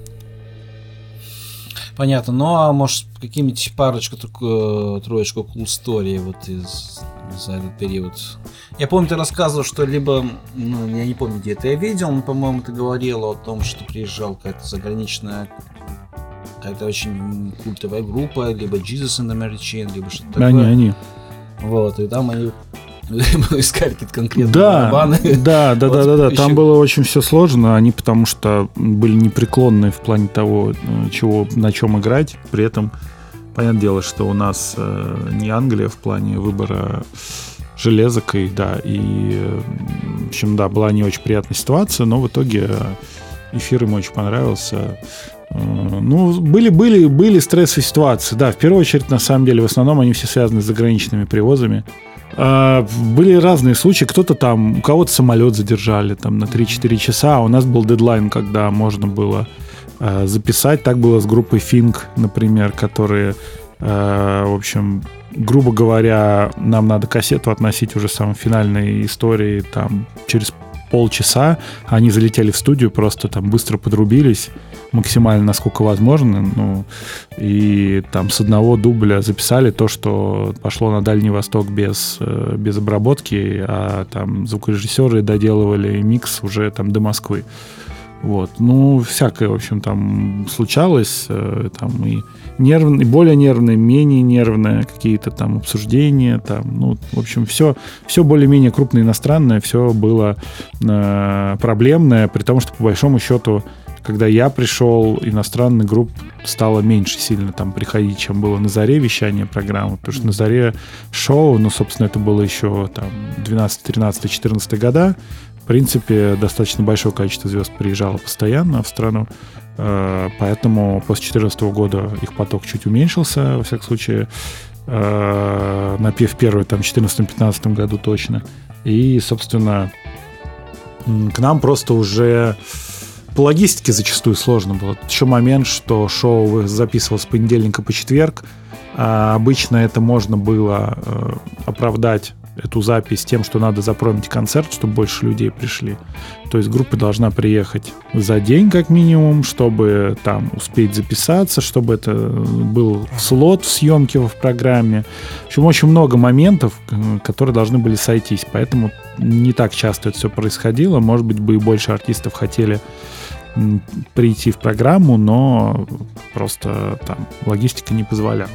Понятно. Ну, а может, какие-нибудь троечку cool story вот за этот период? Я помню, ты рассказывал, что либо, я не помню, где это я видел, но, по-моему, ты говорил о том, что приезжал какая-то заграничная, какая-то очень культовая группа, либо Jesus and the Mary Chain, либо что-то такое. Они. Вот, и там они искали какие-то конкретные Да, барабаны. да. Вот Там еще- было очень все сложно. Они потому что были непреклонны в плане того, на чем играть. При этом, понятное дело, что у нас не Англия в плане выбора железок. И, в общем, была не очень приятная ситуация, но в итоге эфир им очень понравился. Ну, были стрессовые ситуации. Да, в первую очередь, на самом деле, в основном они все связаны с заграничными перевозами. Были разные случаи. Кто-то там, у кого-то самолет задержали там на 3-4 часа, а у нас был дедлайн, когда можно было записать. Так было с группой Fink, например, которые, в общем, грубо говоря, нам надо кассету относить уже самой финальной истории там через полчаса. Они залетели в студию, просто там быстро подрубились максимально, насколько возможно. Ну, и там с одного дубля записали то, что пошло на Дальний Восток без обработки, а там звукорежиссеры доделывали микс уже там до Москвы. Вот. Ну, всякое, в общем, там случалось. Там и нервное, и более нервное, менее нервное, какие-то там обсуждения. Там, ну, в общем, все более-менее крупное иностранное, все было проблемное, при том, что по большому счету, когда я пришел, иностранных групп стало меньше сильно там приходить, чем было на заре вещания программы, потому что на заре шоу, ну, собственно, это было еще там 12, 13, 14 года. В принципе, достаточно большое количество звезд приезжало постоянно в страну, поэтому после 2014 года их поток чуть уменьшился, во всяком случае, в первый, там, 2014-2015 году точно. И, собственно, к нам просто уже по логистике зачастую сложно было. Еще момент, что шоу записывалось с понедельника по четверг, а обычно это можно было оправдать эту запись тем, что надо запромить концерт, чтобы больше людей пришли. То есть группа должна приехать за день как минимум, чтобы там успеть записаться, чтобы это был слот в съемке в программе. В общем, очень много моментов, которые должны были сойтись. Поэтому не так часто это все происходило. Может быть, бы и больше артистов хотели прийти в программу, но просто там логистика не позволяла.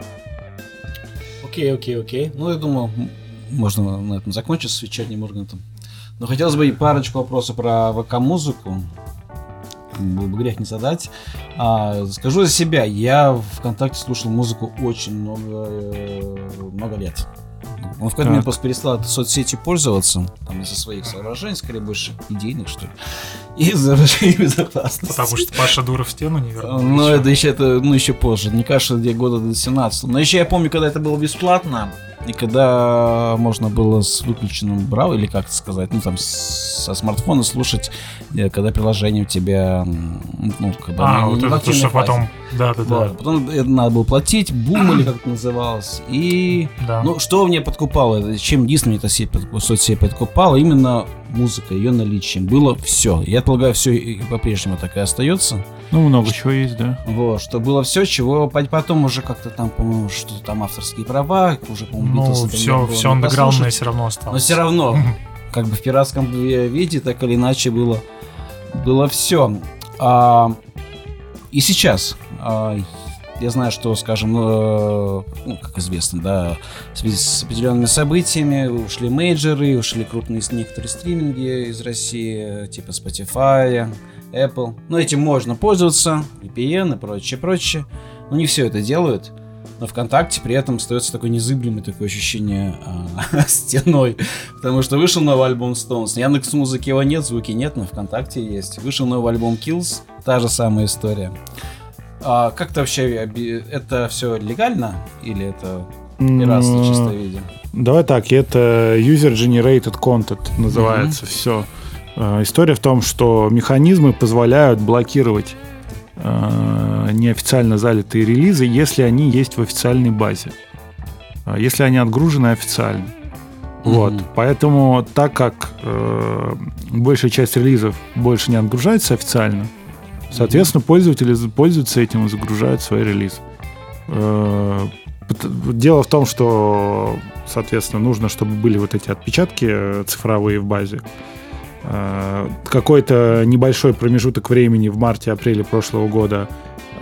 Окей. Ну, я думаю, можно на этом закончить с вечерним Ургантом. Но хотелось бы и парочку вопросов про ВК-музыку. Был бы грех не задать. Скажу за себя, я в ВКонтакте слушал музыку очень много лет. Он в какой-то момент просто перестал этой соцсетью пользоваться, там, из-за своих соображений, скорее больше идейных, что ли, и из-за соображений безопасности. Потому что Паша дура в стену не вернул. Ну, это еще позже, мне кажется, где года до 17. Но еще я помню, когда это было бесплатно, и когда можно было с выключенным браузером, или как это сказать, ну, там, со смартфона слушать, когда приложение у тебя, ну, как бы, вот это то, что потом, да. Потом это надо было платить, бум, или как это называлось, и, ну, что мне подкупало, чем единственное эта соцсеть подкупала, именно музыка, ее наличием, было все. Я полагаю, все и по-прежнему так и остается. Ну, много чего есть, да. Вот, что было все, чего потом уже как-то там, по-моему, что-то там авторские права, уже, по-моему, ну, все андеграундное все равно осталось. Но все равно, как бы в пиратском виде, так или иначе было все. И сейчас я знаю, что, скажем, ну, как известно, да, в связи с определенными событиями ушли мейджоры, ушли крупные некоторые стриминги из России, типа Spotify, Apple. Но этим можно пользоваться, VPN и прочее. Но не все это делают. Но ВКонтакте при этом остается такой незыблемый такое ощущение стеной. Потому что вышел новый альбом Stones. На Яндекс.Музыке его нет, звуки нет, но ВКонтакте есть. Вышел новый альбом Kills, та же самая история. Как-то вообще это все легально? Или это пиратство в чистом виде? Давай так, это User-Generated Content называется все. История в том, что механизмы позволяют блокировать неофициально залитые релизы, если они есть в официальной базе. Если они отгружены официально. Вот. Поэтому, так как большая часть релизов больше не отгружается официально, соответственно, пользователи пользуются этим и загружают свои релизы. Дело в том, что, соответственно, нужно, чтобы были вот эти отпечатки цифровые в базе. Какой-то небольшой промежуток времени в марте-апреле прошлого года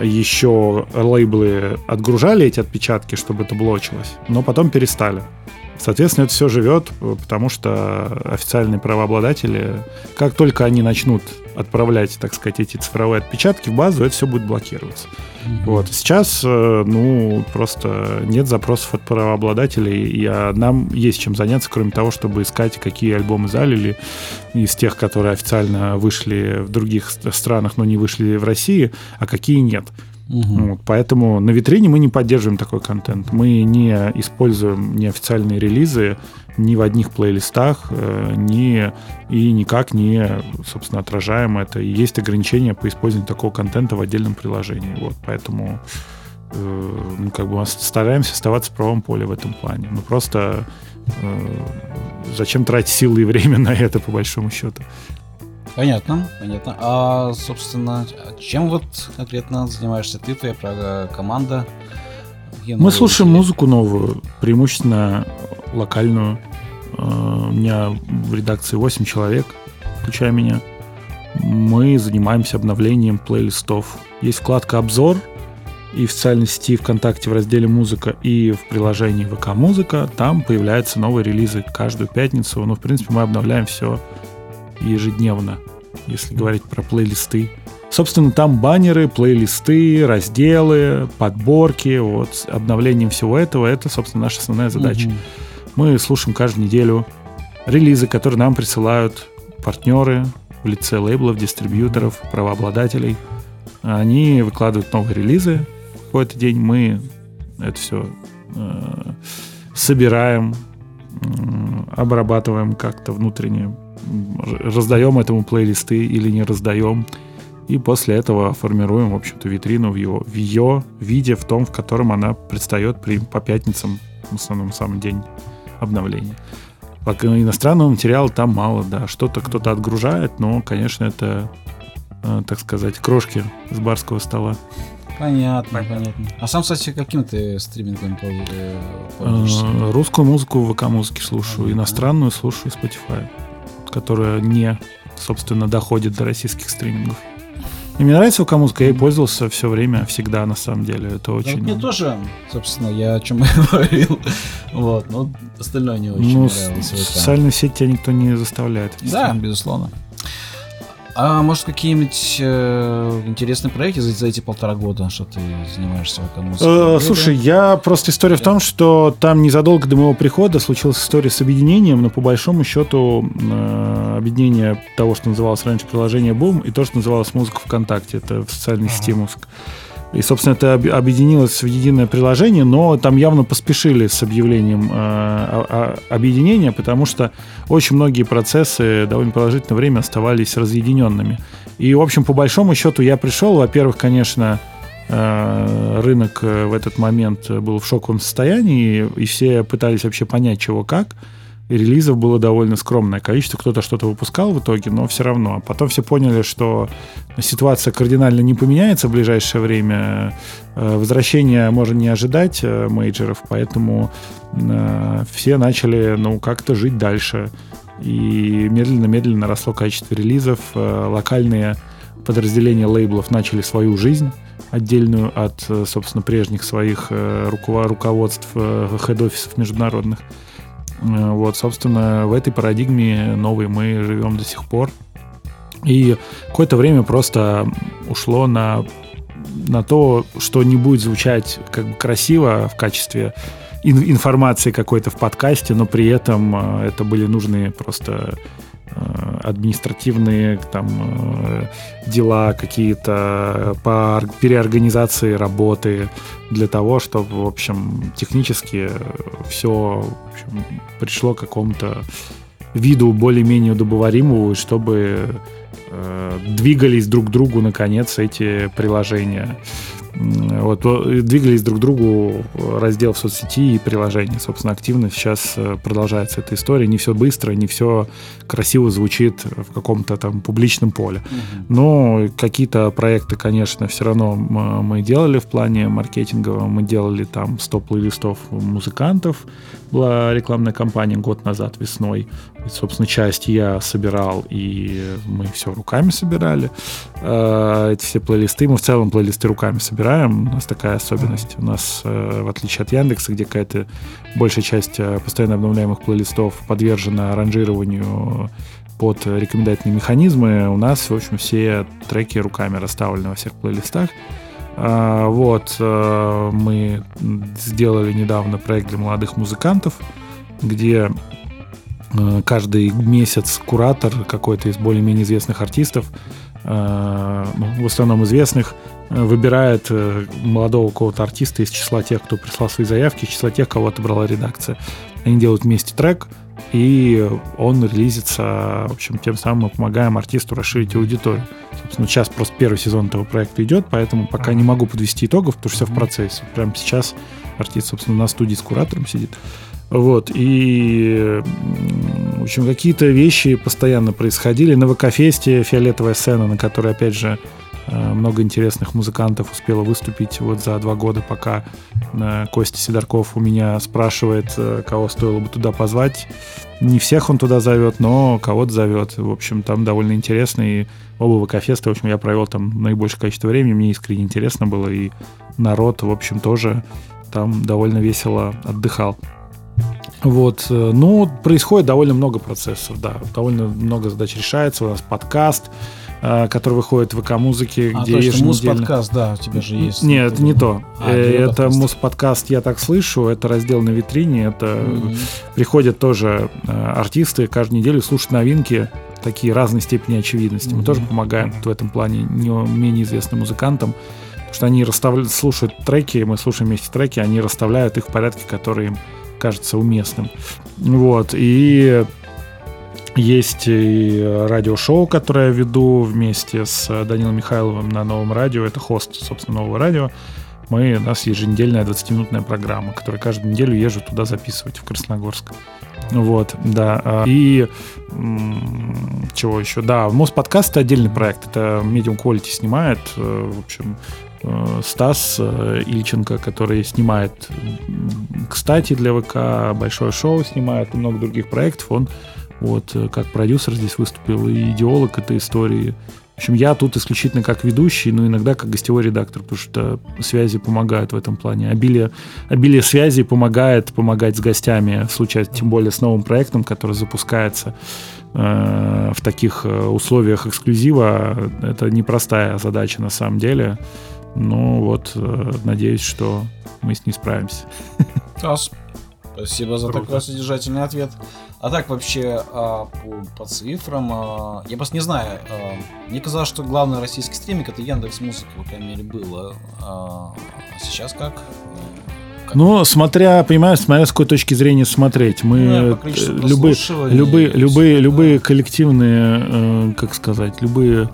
еще лейблы отгружали эти отпечатки, чтобы это блочилось, но потом перестали. Соответственно, это все живет, потому что официальные правообладатели, как только они начнут отправлять, так сказать, эти цифровые отпечатки в базу, это все будет блокироваться. Вот. Сейчас, просто нет запросов от правообладателей, нам есть чем заняться, кроме того, чтобы искать, какие альбомы залили из тех, которые официально вышли в других странах, но не вышли в России, а какие нет. Вот, поэтому на витрине мы не поддерживаем такой контент. Мы не используем неофициальные релизы ни в одних плейлистах, и никак не, собственно, отражаем это. И есть ограничения по использованию такого контента в отдельном приложении. Вот, поэтому мы стараемся оставаться в правом поле в этом плане. Просто зачем тратить силы и время на это, по большому счету? Понятно. А, собственно, чем вот конкретно занимаешься ты, твоя команда? Мы слушаем музыку новую, преимущественно локальную. У меня в редакции 8 человек, включая меня. Мы занимаемся обновлением плейлистов. Есть вкладка «Обзор», и в социальной сети ВКонтакте в разделе «Музыка», и в приложении ВК «Музыка». Там появляются новые релизы каждую пятницу. В принципе, мы обновляем все ежедневно, если говорить про плейлисты. Собственно, там баннеры, плейлисты, разделы, подборки. Вот, обновлением всего этого, это, собственно, наша основная задача. Мы слушаем каждую неделю релизы, которые нам присылают партнеры в лице лейблов, дистрибьюторов, правообладателей. Они выкладывают новые релизы в какой-то день. Мы это все собираем, обрабатываем как-то внутренне, раздаем этому плейлисты или не раздаем. И после этого формируем, в общем-то, витрину в ее виде, в том, в котором она предстает по пятницам, в основном самый день обновления. Иностранного материала там мало, да. Что-то кто-то отгружает, но, конечно, это, так сказать, крошки с барского стола. Понятно. А сам, кстати, каким ты стримингом пользуешься? Русскую музыку в ВК-музыке слушаю, иностранную слушаю Spotify, которая не, собственно, доходит до российских стримингов. И мне нравится ВК-музыка, я ей пользовался все время, всегда, на самом деле. Это очень... Мне тоже, собственно, я о чем и говорил. Вот, но остальное не очень нравилось. Социальные сети тебя никто не заставляет. Да, безусловно. А может, какие-нибудь интересные проекты за эти 1,5 года, что ты занимаешься ВК-музыкой? Слушай, история в том, что там незадолго до моего прихода случилась история с объединением, но по большому счету объединение того, что называлось раньше приложение Boom, и то, что называлось музыка ВКонтакте, это в социальной сети музыка. И, собственно, это объединилось в единое приложение, но там явно поспешили с объявлением объединения, потому что очень многие процессы довольно продолжительное время оставались разъединенными. И, в общем, по большому счету я пришел. Во-первых, конечно, рынок в этот момент был в шоковом состоянии, и все пытались вообще понять, чего как. И релизов было довольно скромное количество. Кто-то что-то выпускал в итоге, но все равно. А потом все поняли, что ситуация кардинально не поменяется в ближайшее время. Возвращения можно не ожидать мейджеров, поэтому все начали как-то жить дальше. И медленно-медленно росло количество релизов. Локальные подразделения лейблов начали свою жизнь отдельную от, собственно, прежних своих руководств, хед-офисов международных. Вот, собственно, в этой парадигме новой мы живем до сих пор. И какое-то время просто ушло на то, что не будет звучать как бы красиво в качестве информации какой-то в подкасте, но при этом это были нужны просто административные дела какие-то по переорганизации работы для того, чтобы, в общем, технически все пришло к какому-то виду более-менее удобоваримому, чтобы двигались друг к другу, наконец, эти приложения. Вот, двигались друг к другу раздел в соцсети и приложения. Собственно, активно сейчас продолжается эта история. Не все быстро, не все красиво звучит в каком-то там публичном поле. Но какие-то проекты, конечно, все равно мы делали в плане маркетингового. Мы делали там 100 плейлистов музыкантов. Была рекламная кампания год назад весной. И, собственно, часть я собирал, и мы все руками собирали. Эти все плейлисты. Мы в целом плейлисты руками собирали. выбираем. У нас такая особенность. У нас, в отличие от Яндекса, где какая-то большая часть постоянно обновляемых плейлистов подвержена ранжированию под рекомендательные механизмы, у нас, в общем, все треки руками расставлены во всех плейлистах. Вот, мы сделали недавно проект для молодых музыкантов, где каждый месяц куратор какой-то из более-менее известных артистов, в основном известных, выбирает молодого какого-то артиста из числа тех, кто прислал свои заявки, из числа тех, кого отобрала редакция. Они делают вместе трек, и он релизится, в общем, тем самым мы помогаем артисту расширить аудиторию. Собственно, сейчас просто первый сезон этого проекта идет, поэтому пока не могу подвести итогов, потому что все в процессе. Прямо сейчас артист, собственно, на студии с куратором сидит. Вот, и, в общем, какие-то вещи постоянно происходили. На ВК-фесте «Фиолетовая сцена», на которой, опять же, много интересных музыкантов успело выступить вот за 2 года, пока Костя Сидорков у меня спрашивает, кого стоило бы туда позвать. Не всех он туда зовет, но кого-то зовет. В общем, там довольно интересно, и оба ВК-феста, в общем, я провел там наибольшее количество времени, мне искренне интересно было, и народ, в общем, тоже там довольно весело отдыхал. Вот, ну, происходит довольно много процессов, да, довольно много задач решается. У нас подкаст, который выходит в ВК-музыке, где еженедельно... Муз-подкаст, да, у тебя же есть. Нет, это не то. Это Муз-подкаст «Я так слышу», это раздел на витрине, это приходят тоже артисты каждую неделю слушать новинки, такие разной степени очевидности. Мы тоже помогаем в этом плане не менее известным музыкантам, потому что они слушают треки, мы слушаем вместе треки, они расставляют их в порядке, который им кажется уместным. Вот, и есть и радиошоу, которое я веду вместе с Данилом Михайловым на Новом радио. Это хост, собственно, Нового радио. У нас еженедельная 20-минутная программа, которую каждую неделю езжу туда записывать, в Красногорск. Вот, да. И чего еще? Да, Муз-подкаст — это отдельный проект. Это Medium Quality снимает. В общем, Стас Ильченко, который снимает, кстати, для ВК большое шоу снимает и много других проектов. Он вот как продюсер здесь выступил и идеолог этой истории. В общем, я тут исключительно как ведущий, но иногда как гостевой редактор, потому что связи помогают в этом плане. Обилие связей помогать с гостями, в случае, тем более с новым проектом, который запускается в таких условиях эксклюзива. Это непростая задача на самом деле. Ну вот, надеюсь, что мы с ней справимся. Спасибо за такой содержательный ответ. А так вообще по цифрам, я просто не знаю, мне казалось, что главный российский стриминг — это Яндекс.Музыка, по крайней мере, было. А сейчас как? Ну, смотря с какой точки зрения смотреть. Мы любые коллективные, как сказать, любые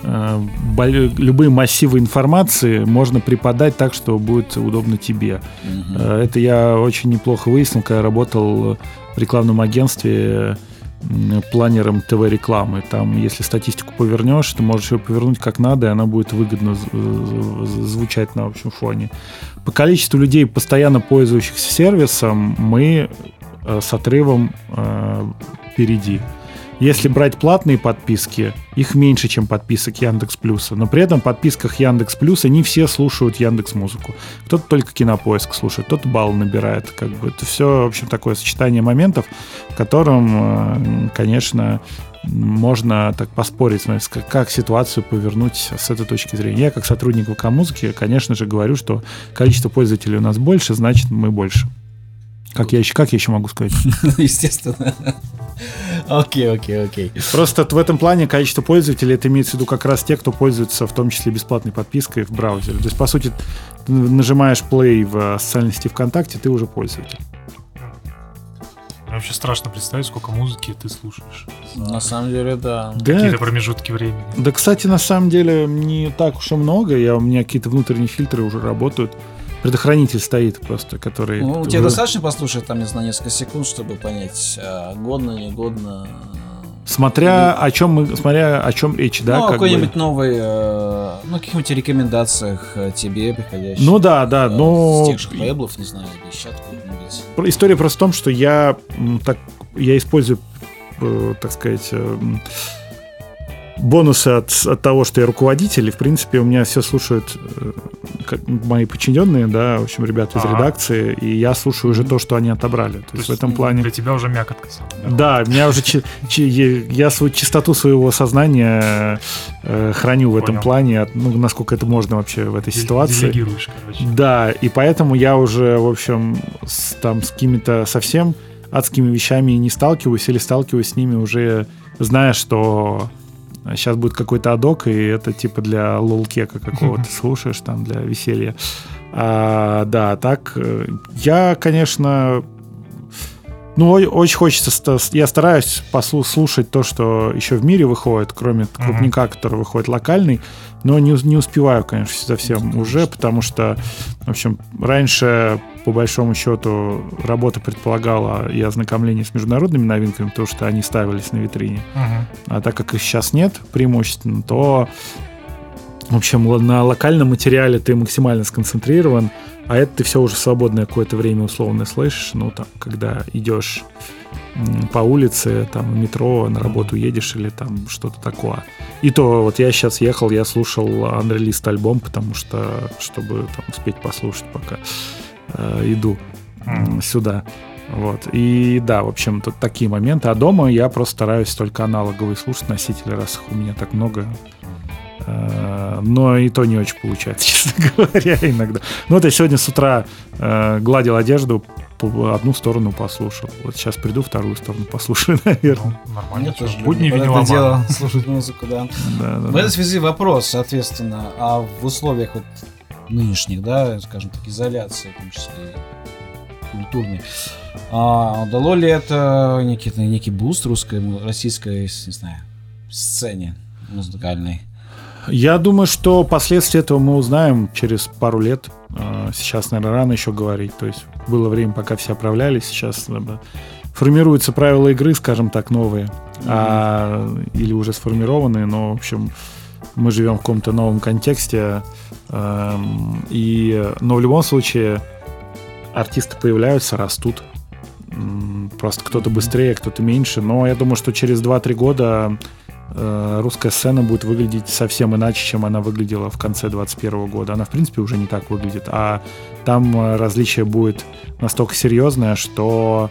массивы информации можно преподать так, что будет удобно тебе. Это я очень неплохо выяснил, когда работал в рекламном агентстве планером ТВ-рекламы. Там, если статистику повернешь, ты можешь ее повернуть как надо, и она будет выгодно звучать на общем фоне. По количеству людей, постоянно пользующихся сервисом, мы с отрывом впереди. Если брать платные подписки, их меньше, чем подписок Яндекс.Плюса. Но при этом в подписках Яндекс.Плюса не все слушают Яндекс.Музыку. Кто-то только Кинопоиск слушает, кто-то балл набирает. Как бы. Это все, в общем, такое сочетание моментов, в котором, конечно, можно так поспорить, как ситуацию повернуть с этой точки зрения. Я, как сотрудник ВК-музыки, конечно же, говорю, что количество пользователей у нас больше, значит, мы больше. Как я еще могу сказать? Естественно. Окей. Просто в этом плане количество пользователей, это имеется в виду как раз те, кто пользуется в том числе бесплатной подпиской в браузере. То есть, по сути, нажимаешь play в социальной сети ВКонтакте, ты уже пользователь. Мне вообще страшно представить, сколько музыки ты слушаешь. На самом деле, да. Какие-то промежутки времени. Да, кстати, на самом деле не так уж и много. У меня какие-то внутренние фильтры уже работают. Предохранитель стоит просто, который... Ну, тебе достаточно послушать, там, не знаю, несколько секунд, чтобы понять, годно, негодно. Смотря о чем речь, да? Ну, какой-нибудь новый, каких-нибудь рекомендациях тебе приходящих. Ну да, но... С тех же лейблов, не знаю, или еще откуда-нибудь. История просто в том, что я использую, так сказать, бонусы от того, что я руководитель, и, в принципе, у меня все слушают мои подчиненные, да, в общем, ребята из редакции, и я слушаю уже то, что они отобрали. То есть в этом плане... Для тебя уже мякотка. Да, меня уже я свою чистоту своего сознания храню в этом плане, насколько это можно вообще в этой ситуации. Делегируешь, короче. Да, и поэтому я уже, в общем, с какими-то совсем адскими вещами не сталкиваюсь или сталкиваюсь с ними уже, зная, что сейчас будет какой-то адок, и это типа для лолкека какого-то слушаешь, там, для веселья. Да, так, я, конечно... очень хочется... Я стараюсь слушать то, что еще в мире выходит, кроме крупника, который выходит локальный, но не успеваю, конечно, совсем уже, потому что, в общем, раньше, по большому счету, работа предполагала и ознакомление с международными новинками, потому что они ставились на витрине. А так как их сейчас нет преимущественно, то, в общем, на локальном материале ты максимально сконцентрирован, а это ты все уже в свободное какое-то время условно слышишь, там, когда идешь по улице, там, в метро, на работу едешь или там что-то такое. И то вот я сейчас ехал, я слушал unreleased альбом, потому что, чтобы там успеть послушать, пока иду сюда. Вот. И да, в общем, тут такие моменты. А дома я просто стараюсь только аналоговые слушать носители, раз их у меня так много. Но и то не очень получается, честно говоря, иногда. Вот я сегодня с утра гладил одежду, одну сторону послушал. Вот сейчас приду, вторую сторону послушаю, наверное. Нормально. Тоже будни это дело, слушать музыку, да. В этой Да. связи вопрос, соответственно, а в условиях вот нынешних, да, скажем так, изоляции, в том числе культурной, дало ли это некий буст российской, не знаю, сцене музыкальной? Я думаю, что последствия этого мы узнаем через пару лет. Сейчас, наверное, рано еще говорить. То есть было время, пока все оправлялись. Сейчас формируются правила игры, скажем так, новые. Или уже сформированные. Но, в общем, мы живем в каком-то новом контексте. Но в любом случае артисты появляются, растут. Просто кто-то быстрее, кто-то меньше. Но я думаю, что через 2-3 года русская сцена будет выглядеть совсем иначе, чем она выглядела в конце 2021 года. Она, в принципе, уже не так выглядит. А там различие будет настолько серьезное, что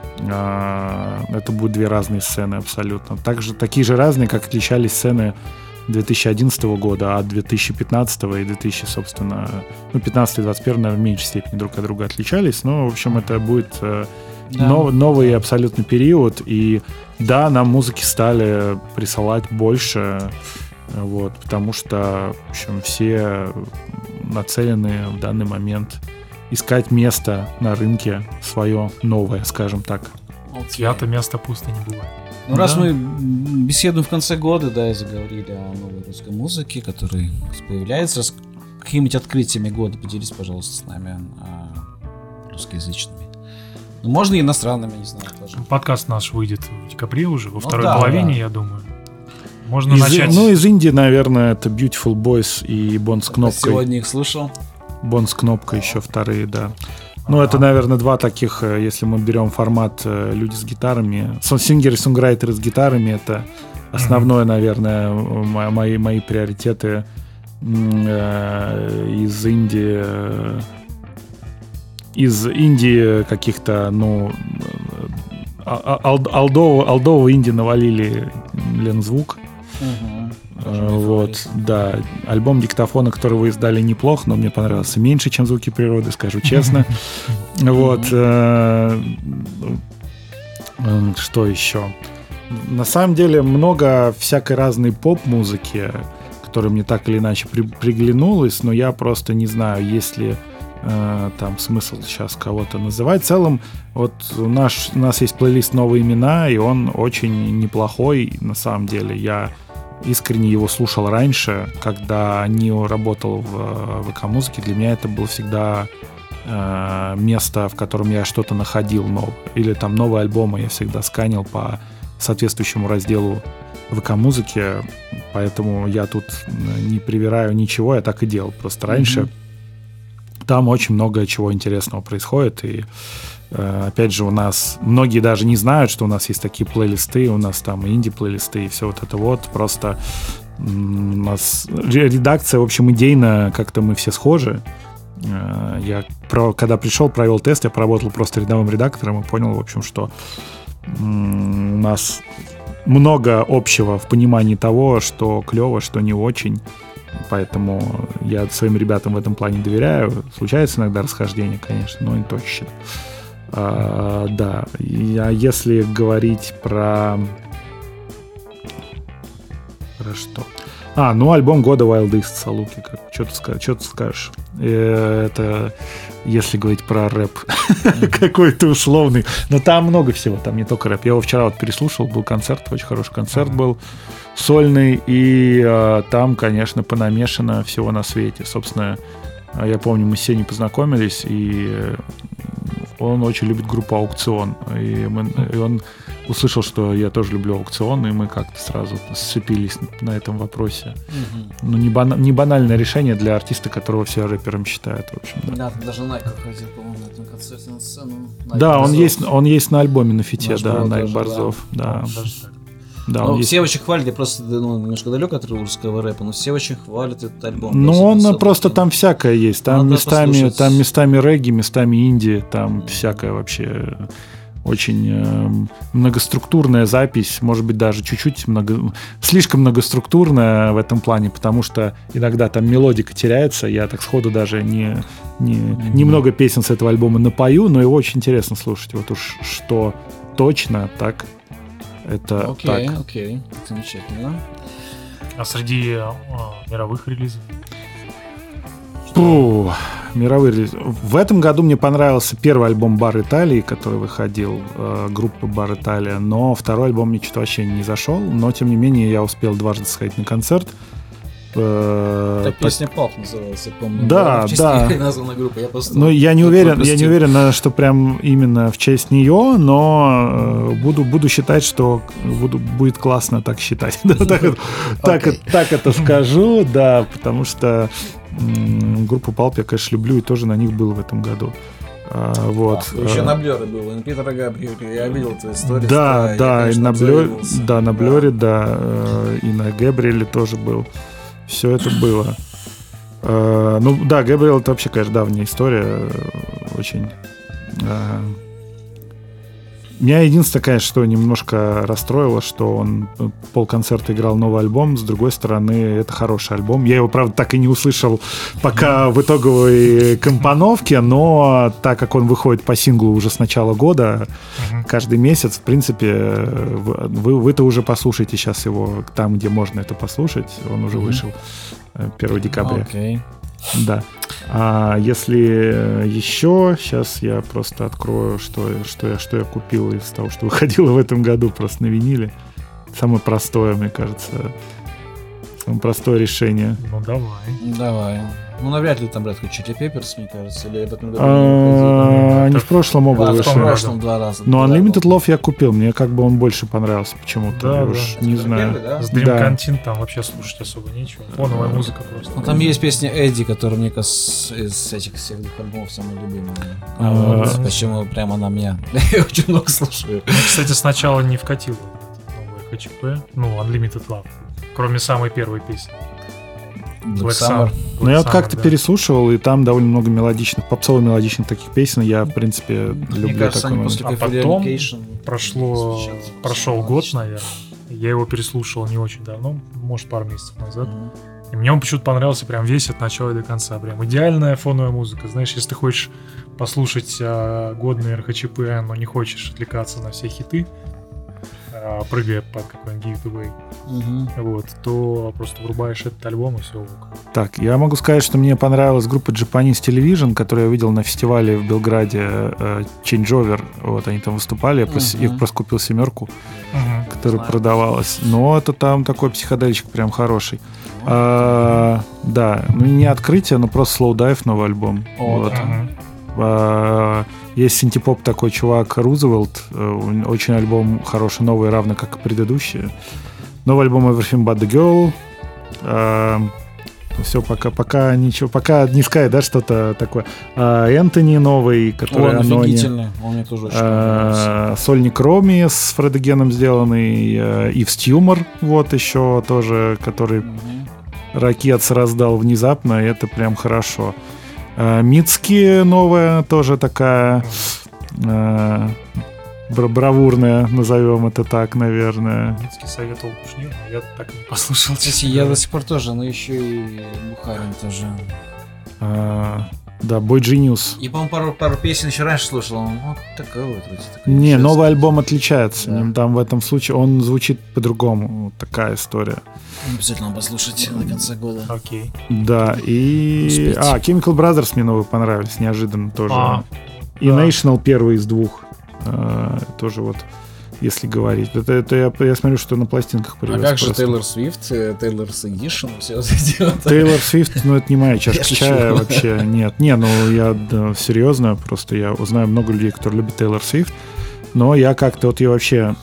это будут две разные сцены абсолютно. Такие же разные, как отличались сцены 2011 года от 2015 и 2000, собственно... 15 и 21, наверное, в меньшей степени друг от друга отличались. Но, в общем, это будет... новый абсолютно период, и да, нам музыки стали присылать больше, вот, потому что, в общем, все нацелены в данный момент искать место на рынке свое новое, скажем так. Чья-то место пусто не бывает. Раз мы беседуем в конце года, да, и заговорили о новой русской музыке, которая появляется, с какими-нибудь открытиями года поделись, пожалуйста, с нами русскоязычными. Можно и иностранными, не знаю, тоже. Подкаст наш выйдет в декабре уже, во второй половине, я думаю. Можно начать... из Индии, наверное, это Beautiful Boys и Бон с кнопкой. Сегодня их слушал. Бон с кнопкой еще вторые, да. Это, наверное, два таких, если мы берем формат люди с гитарами. Сингеры и сонграйтеры с гитарами — это основное, наверное, мои приоритеты из Индии. Из Индии каких-то, алдового инди навалили Лензвук. Вот, да. Альбом диктофона, который вы издали, неплох, но мне понравился меньше, чем «Звуки природы», скажу честно. Вот. Что еще? На самом деле много всякой разной поп-музыки, которая мне так или иначе приглянулась, но я просто не знаю, есть ли там смысл сейчас кого-то называть. В целом, вот у нас есть плейлист «Новые имена», и он очень неплохой, на самом деле. Я искренне его слушал раньше, когда Нио работал в ВК-музыке. Для меня это было всегда место, в котором я что-то находил новое. Или там новые альбомы я всегда сканил по соответствующему разделу ВК-музыки, поэтому я тут не привираю ничего, я так и делал. Просто раньше там очень много чего интересного происходит, и Опять же, у нас многие даже не знают, что у нас есть такие плейлисты, у нас там инди-плейлисты и все вот это вот. Просто у нас редакция, в общем, идейно как-то мы все схожи. Я, когда пришел, провел тест, я поработал просто рядовым редактором и понял, в общем, что у нас много общего в понимании того, что клево, что не очень. Поэтому я своим ребятам в этом плане доверяю. Случается иногда расхождение, конечно, но не точно. Да. А если говорить про что? Альбом года Wild East Салуки. Что ты скажешь? Это если говорить про рэп какой-то условный. Но там много всего, там не только рэп. Я его вчера переслушал, был концерт, очень хороший концерт был, сольный, и там, конечно, понамешано всего на свете. Собственно, я помню, мы с Сеней познакомились, и он очень любит группу «Аукцион». И он услышал, что я тоже люблю «Аукцион», и мы как-то сразу сцепились на этом вопросе. Ну, не банальное решение для артиста, которого все рэпером считают, в общем. Да, даже Найк ходил, по-моему, на этом концерте на сцену. Да, он есть на альбоме на фите, да, Найк Борзов. Да. Да, все очень хвалят, я просто немножко далек от русского рэпа, но все очень хвалят этот альбом. Ну, он просто там всякое есть. Там местами регги, местами инди, там всякое вообще. Очень многоструктурная запись, может быть, даже чуть-чуть слишком многоструктурная в этом плане, потому что иногда там мелодика теряется. Я так сходу даже немного песен с этого альбома напою, но его очень интересно слушать. Вот уж что точно, так. Это так. Окей, замечательно. А среди мировых релизов? Мировые релизы. В этом году мне понравился первый альбом «Бар Италии», который выходил, группы «Бар Италия», но второй альбом мне что-то вообще не зашел, но тем не менее я успел дважды сходить на концерт. Так песня «Палп» называется, я помню. Да, да. Названа группа. Ну, я не уверен, что прям именно в честь нее, но буду считать, что будет классно так считать. Так это скажу, да, потому что группу «Палп» я, конечно, люблю и тоже на них был в этом году. Вот. Еще на Блёре был, и на Питера Габриэля, я видел эту историю. Да, и на Блёре, да, и на Габриэле тоже был. Все это было. Ну да, Габриэл это вообще, конечно, давняя история. Очень. Меня единственное, конечно, что немножко расстроило, что он полконцерта играл новый альбом. С другой стороны, это хороший альбом. Я его, правда, так и не услышал пока в итоговой компоновке, но так как он выходит по синглу уже с начала года, каждый месяц, в принципе, вы-то уже послушаете сейчас его там, где можно это послушать. Он уже вышел 1 декабря. Да. А если еще, сейчас я просто открою, что я купил из того, что выходило в этом году просто на виниле. Самое простое, мне кажется. Самое простое решение. Ну, давай. Ну, навряд ли там Red Hot Chili Peppers, мне кажется, или в этом году они в прошлом оба вышли. В прошлом 2 раза. Но Unlimited Love я купил, мне как бы он больше понравился почему-то. Я уж не знаю. С Dream Canteen там вообще слушать особо нечего. Фоновая музыка просто. Ну, там есть песня Эдди, которая, мне кажется, из этих всех альбомов самая любимая. Почему прямо она меня. Я очень много слушаю. Кстати, сначала не вкатил новое ХЧП, Unlimited Love, кроме самой первой песни. Black Summer. Ну, я вот как-то переслушивал, и там довольно много мелодичных, попсово-мелодичных таких песен. Я, в принципе, люблю кажется, такой момент. А потом прошел год, наверное. Я его переслушал не очень давно, может, пару месяцев назад. И мне он почему-то понравился прям весь от начала и до конца. Прям идеальная фоновая музыка. Знаешь, если ты хочешь послушать годные РХЧП, но не хочешь отвлекаться на все хиты, прыгая под какой-нибудь Give It Away, вот, то просто врубаешь этот альбом и все. Так, я могу сказать, что мне понравилась группа Japanese Television, которую я увидел на фестивале в Белграде Changeover. Вот, они там выступали, я их просто купил 7, которая продавалась. Но это там такой психоделичек прям хороший. Да, ну не открытие, но просто Slow Dive, новый альбом. Вот. Есть синтепоп такой чувак Рузвельт, очень альбом хороший, новый, равно как и предыдущие. Новый альбом Everything But The Girl, Все, пока ничего, пока не сказать, да, что-то такое. Энтони новый, который Он офигительный, он мне тоже очень понравился. Сольник Роми с Фредогеном сделанный, Ив Стюмор, вот еще тоже, который Ракетс раздал внезапно, и это прям хорошо. Мицки новая, тоже такая бравурная, назовем это так, наверное. Мицки советовал Кушнир, но я так и не послушал. Кстати, я до сих пор тоже, но еще и Бухарин тоже. Да, Boy Genius. И, по-моему, пару песен еще раньше слушал. Он вот такой вот. Не, новый альбом отличается. Да. Там в этом случае он звучит по-другому. Вот такая история. Обязательно послушать до конца года. Окей. Да, и... Chemical Brothers мне новые понравились, неожиданно тоже. И да. National первый из двух. Тоже вот, если говорить. Это я смотрю, что на пластинках А привез. как же просто. Taylor Swift, Taylor's Edition, все вот эти вот. Taylor Swift, ну это не моя чашка Я чая шучу. вообще. Нет, я серьезно, просто я узнаю много людей, которые любят Taylor Swift, но я как-то вот ее вообще,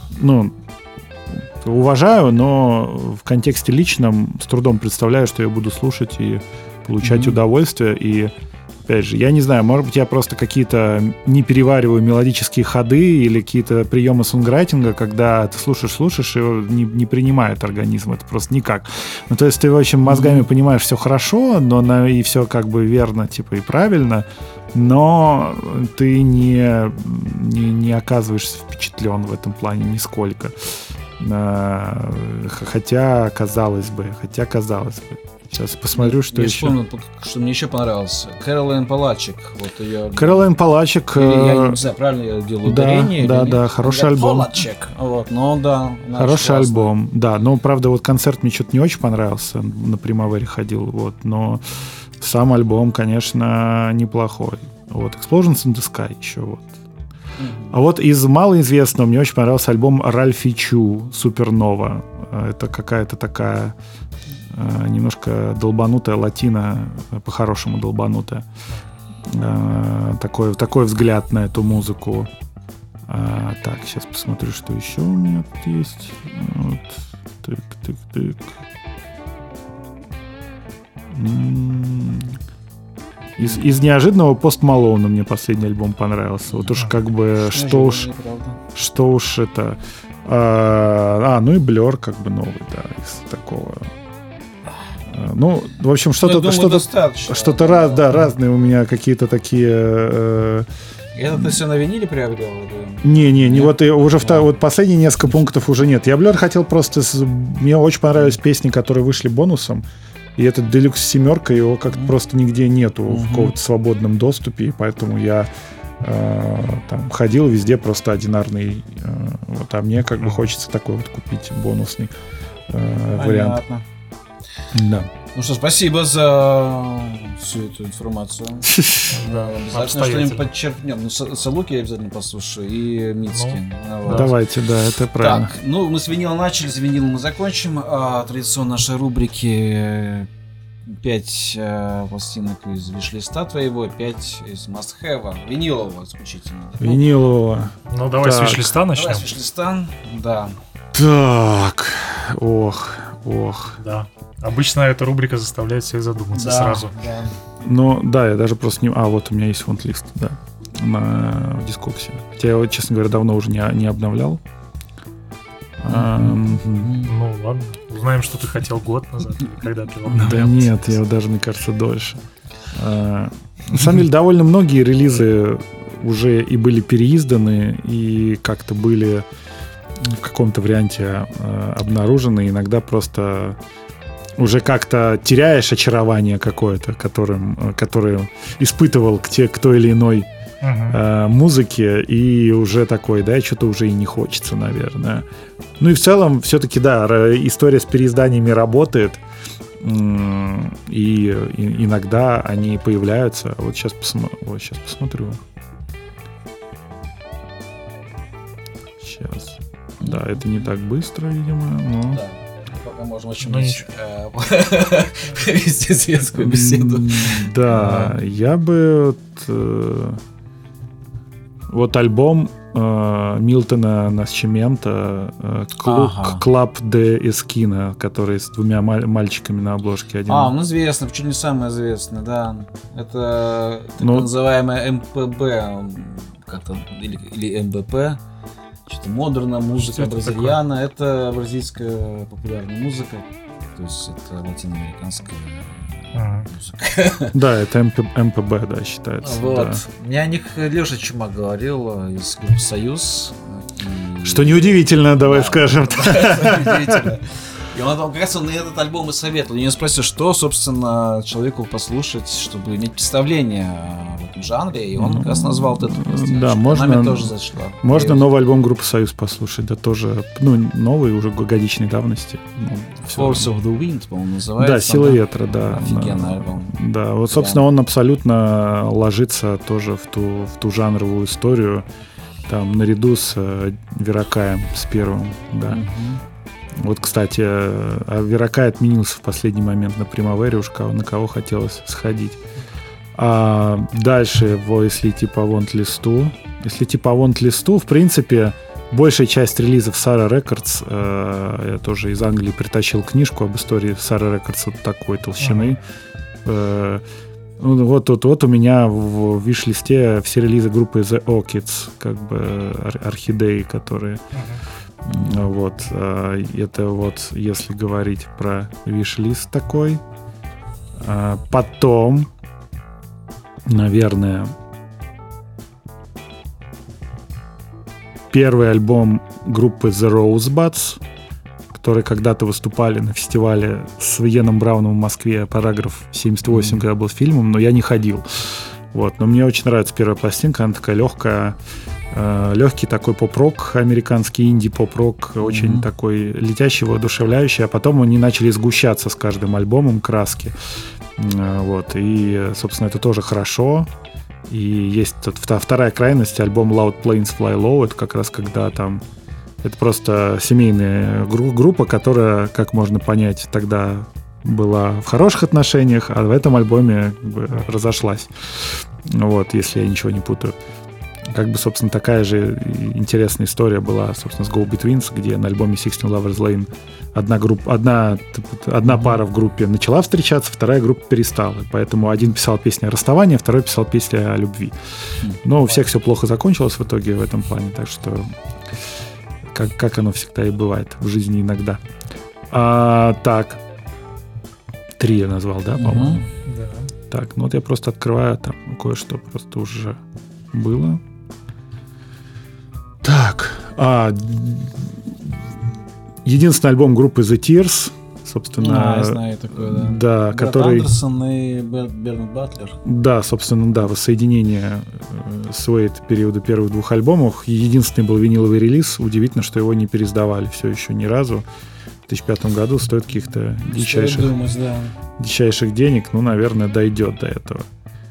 уважаю, но в контексте личном с трудом представляю, что я буду слушать и получать удовольствие. И опять же, я не знаю, может быть, я просто какие-то не перевариваю мелодические ходы или какие-то приемы сонграйтинга, когда ты слушаешь, и его не принимает организм. Это просто никак. Ну, то есть ты, в общем, мозгами понимаешь все хорошо, и все как бы верно, типа, и правильно, но ты не оказываешься впечатлен в этом плане нисколько. Хотя, казалось бы. Сейчас посмотрю, что я еще. вспомнил, что мне еще понравилось. Кэролайн Палачик. Вот ее... Кэролайн Палачик. Я не знаю, правильно я делаю ударение? Да, хороший альбом. Палачик. Вот, ну да. Хороший альбом, да. Но, правда, вот концерт мне что-то не очень понравился. На Примавере ходил, вот. Но сам альбом, конечно, неплохой. Вот, Explosions in the Sky еще вот. А вот из малоизвестного мне очень понравился альбом Ральфи Чу «Супернова». Это какая-то такая немножко долбанутая латина, по-хорошему долбанутая. Такой взгляд на эту музыку. Так, сейчас посмотрю, что еще у меня тут есть. Вот. Тык. Из неожиданного Пост Малоуна мне последний альбом понравился. Вот уж как бы, что уж это... ну и Blur как бы новый, да, из такого... Ну, в общем, что-то разные у меня какие-то такие... Это ты все на виниле приобрел? Не, вот уже вот последние несколько пунктов уже нет. Я Blur хотел просто... Мне очень понравились песни, которые вышли бонусом. И этот Deluxe 7, его как-то просто нигде нету в каком-то свободном доступе, и поэтому я там ходил везде просто одинарный. Вот, а мне как бы хочется такой вот купить бонусный вариант. Да. Ну что, спасибо за всю эту информацию. Да, обязательно что-нибудь подчеркнем. Ну, Салуки я обязательно послушаю, и Мицки. Давайте, да, это правильно. Так, ну мы с винила начали, с винила мы закончим. Традиционно нашей рубрики 5 пластинок из виш-листа твоего, 5 из must-have. Винилового исключительно. Винилового. Ну давай с виш-листа начнем. Давай с виш-листа, да. Так, ох. Да. Обычно эта рубрика заставляет всех задуматься сразу. Да. Ну, да, я даже просто не... вот у меня есть фонд-лист, да, на Дискоксе. Хотя я его, честно говоря, давно уже не обновлял. Ну, ладно. Узнаем, что ты хотел год назад, или когда ты его обновлял. Да нет, я даже, мне кажется, дольше. На самом деле, довольно многие релизы уже и были переизданы, и как-то были в каком-то варианте обнаружены. Иногда просто... уже как-то теряешь очарование какое-то, которое испытывал к той или иной музыке, и уже такой, да, что-то уже и не хочется, наверное. Ну и в целом, все-таки, да, история с переизданиями работает, и иногда они появляются. Вот сейчас посмотрю. Сейчас. Да, это не так быстро, видимо, но... Да. Пока можем очень провести светскую беседу. Да, я бы... Вот альбом Милтона Насчимента, Клаб де Эскина, который с двумя мальчиками на обложке. Один. Он известный, почему не самый известный, да. Это так называемая МПБ, как-то, или МБП. Что-то модерна, музыка бразильяна. Это бразильская популярная музыка. То есть это латиноамериканская музыка. Да, это МПБ, да, считается. Вот. Да. Мне о них Леша Чума говорил из группы «Союз». Что неудивительно, давай скажем. Неудивительно. И он как раз на этот альбом и советовал. Я спросил, что, собственно, человеку послушать, чтобы иметь представление об этом жанре. И он как раз назвал вот эту песню. Да, можно, тоже зашла. Можно новый альбом группы «Союз» послушать. Да тоже, новый, уже годичной давности. Force of the Wind, по-моему, называется. Да, «Сила ветра», да. Офигенный альбом. Да, вот, собственно, он абсолютно ложится тоже в ту жанровую историю. Там, наряду с Веракаем, с первым, да. Вот, кстати, Веракай отменился в последний момент на Примавере, уж на кого хотелось сходить. А дальше, если типа Want листу, в принципе, большая часть релизов Sarah Records, я тоже из Англии притащил книжку об истории Sarah Records вот такой толщины. Вот у меня в виш-листе все релизы группы The Orchids, как бы орхидеи, которые... Вот, это вот, если говорить про виш-лист такой. Потом, наверное, первый альбом группы The Rosebuds, которые когда-то выступали на фестивале с Йеном Брауном в Москве, параграф 78, когда был фильмом, но я не ходил. Вот, но мне очень нравится первая пластинка, она такая легкая, легкий такой поп-рок, американский инди-поп-рок, очень такой летящий, воодушевляющий, а потом они начали сгущаться с каждым альбомом, краски. Вот, и, собственно, это тоже хорошо. И есть вторая крайность, альбом Loud Planes Fly Low, это как раз когда там... Это просто семейная группа, которая, как можно понять, тогда была в хороших отношениях, а в этом альбоме как бы разошлась. Вот, если я ничего не путаю. Как бы, собственно, такая же интересная история была, собственно, с Go Betweens, где на альбоме Sixteen Lovers Lane одна пара в группе начала встречаться, вторая группа перестала. Поэтому один писал песни о расставании, второй писал песни о любви. Но у всех все плохо закончилось в итоге в этом плане, так что как оно всегда и бывает в жизни иногда. Так, 3 я назвал, да, по-моему? Да. Так, ну вот я просто открываю, там кое-что просто уже было. Так, единственный альбом группы The Tears, собственно... я знаю такое, да. Да, Брэд который... Андерсон и Бернард Батлер. Да, собственно, да, воссоединение Суэйд периода первых 2 альбомов. Единственный был виниловый релиз. Удивительно, что его не переиздавали все еще ни разу. В 2005 году стоит каких-то дичайших денег. Ну, наверное, дойдет до этого.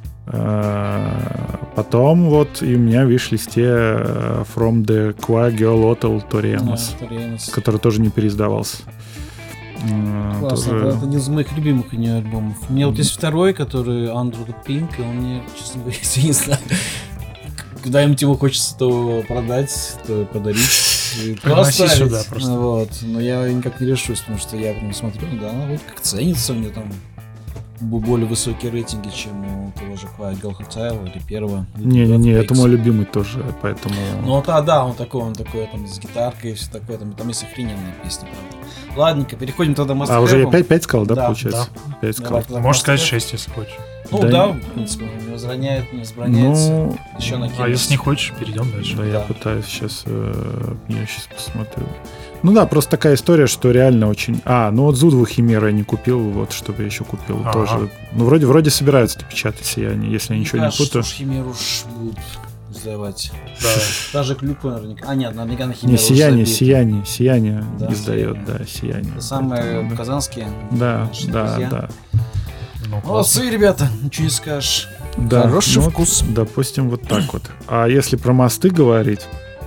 Потом вот и у меня в виш-листе From the Choir Girl Hotel Torianos, который тоже не переиздавался. Классно, тоже... это один из моих любимых у нее альбомов. У меня вот есть второй, который Under the Pink, и он мне, честно говоря, я не знаю, когда-нибудь его хочется то продать, то подарить. Приноси сюда просто. Вот, но я никак не решусь, потому что я прям смотрю, да, она вроде как ценится, у нее там более высокие рейтинги, чем у того же Quiet Girl Hotel или первого. Не, это мой любимый тоже, поэтому... Ну да, он такой там с гитаркой и все такое, там есть охрененные песни, правда. Ладненько, переходим тогда к Must-Have. Уже я 5 сказал, да, получается? Да. 5 сказал. Можешь сказать 6, если хочешь. Ну да, в принципе, не возбраняется. Ну, еще накинуть. А если не хочешь, перейдем дальше. Да, я пытаюсь сейчас, я сейчас посмотрю. Ну да, просто такая история, что реально очень... ну вот Зудву Химера я не купил, вот, чтобы я еще купил тоже. Ну, вроде собираются печатать «Сияние», если я ничего не путаю. Что ж Химеру будут издавать. Да. Даже Клюква наверняка. Нет, наверняка на Химеру. Не, «Сияние» да, издает, да, «Сияние». Это самые казанские. Да. Ну, молодцы, ребята, ничего не скажешь. Да, хороший вкус. Допустим, вот так вот. А если про мосты говорить...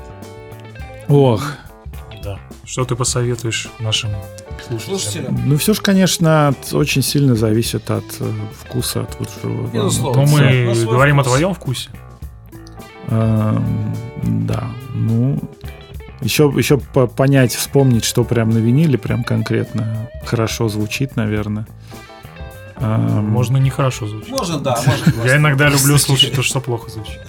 Да. Что ты посоветуешь нашим слушателям? Ну, все же, конечно, очень сильно зависит от вкуса, от лучшего. Безусловно. Но мы говорим о твоем вкусе. Да, ну... Еще понять, вспомнить, что прям на виниле прям конкретно хорошо звучит, наверное. Можно нехорошо звучит. Можно, да. Можно Я иногда люблю слушать то, что плохо звучит.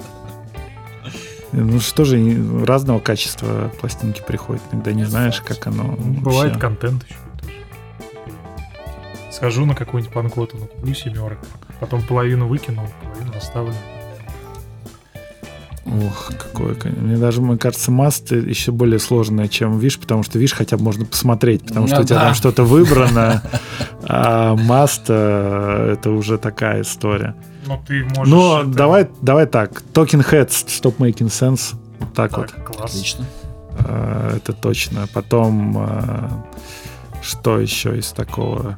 Ну что же, разного качества пластинки приходят. Иногда не знаешь, как оно Бывает вообще. контент еще тоже. Схожу на какую-нибудь панкоту, куплю 7, потом половину выкину, половину оставлю. Ох, какое... Мне даже, мне кажется, Маст еще более сложное, чем Виш, потому что Виш хотя бы можно посмотреть, потому что у тебя там что-то выбрано, а Маст это уже такая история. Но ты можешь... Ну, давай так. Talking Heads, Stop Making Sense. Вот так вот. Класс. Отлично. Это точно. Потом, что еще из такого?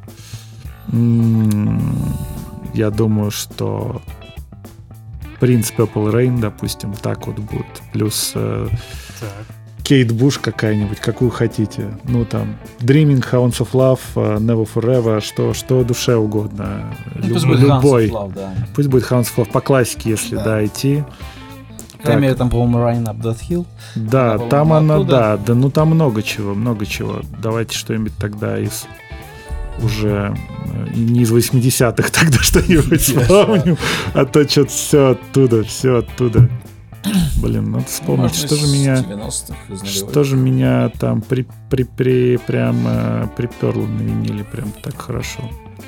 Я думаю, что Принц Purple Rain, допустим, так вот будет. Плюс Кейт Буш какая-нибудь, какую хотите. Ну, там, Dreaming, Hounds of Love, Never Forever, что душе угодно. Пусть будет Любой. Hounds of Love, да. Пусть будет Hounds of Love по классике, если идти. По крайней мере, там, по-моему, Run Up That Hill. Да, там она, да, ну там много чего. Давайте что-нибудь тогда из уже не из 80-х тогда что-нибудь вспомним, а то что-то все оттуда. Блин, надо вспомнить, что же меня там прям приперло на виниле прям так хорошо.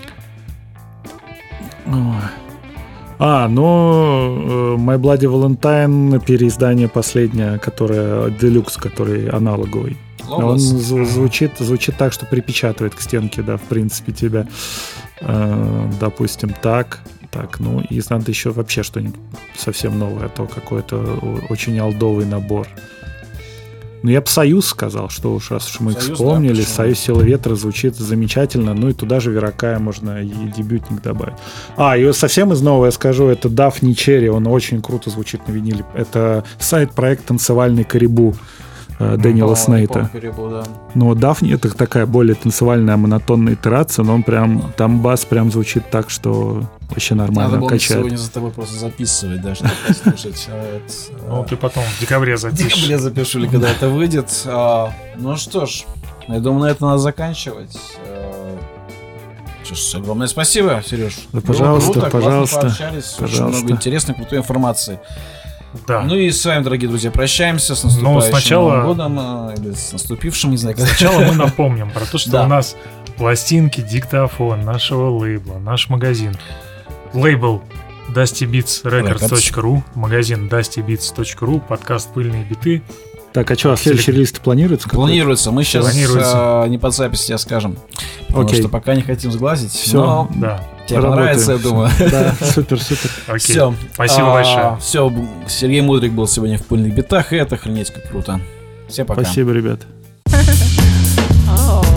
My Bloody Valentine, переиздание последнее, которое Deluxe, который аналоговый. Он звучит так, что припечатывает к стенке, да, в принципе, тебя. Допустим, так, ну, и надо еще вообще что-нибудь совсем новое, а то какой-то очень олдовый набор. Ну, я бы «Союз» сказал, что уж раз уж мы их вспомнили. Да, «Союз Сила Ветра» звучит замечательно. Ну, и туда же Веракая можно и дебютник добавить. И совсем из нового я скажу, это Daphne Cherry, он очень круто звучит на виниле. Это сайт-проект «Танцевальный Карибу» Дэниела Снейта. Но Дафни — это такая более танцевальная монотонная итерация, но он прям, там бас прям звучит так, что вообще нормально надо качает. Надо было сегодня за тобой просто записывать, да, чтобы послушать. Ну, ты потом в декабре запишешь. В декабре запишу, или когда это выйдет. Ну что ж, я думаю, на это надо заканчивать. Огромное спасибо, Сереж. Да, пожалуйста. Пообщались, очень много интересной, крутой информации. Да. Ну и с вами, дорогие друзья, прощаемся с наступающим Новым годом, или с наступившим, не знаю. Сначала мы напомним про то, что у нас пластинки, диктофон нашего лейбла, наш магазин. Лейбл dustybeatsrecords.ru, магазин dustybeats.ru, подкаст «Пыльные биты». Так, а что, следующий релиз планируется? Планируется. Мы сейчас не под запись тебе скажем. Потому что пока не хотим сглазить. Все, да. Тебе понравится, я думаю. Да, супер. Все. Спасибо большое. Все, Сергей Мудрик был сегодня в «Пыльных битах», и это охренеть как круто. Всем пока. Спасибо, ребят.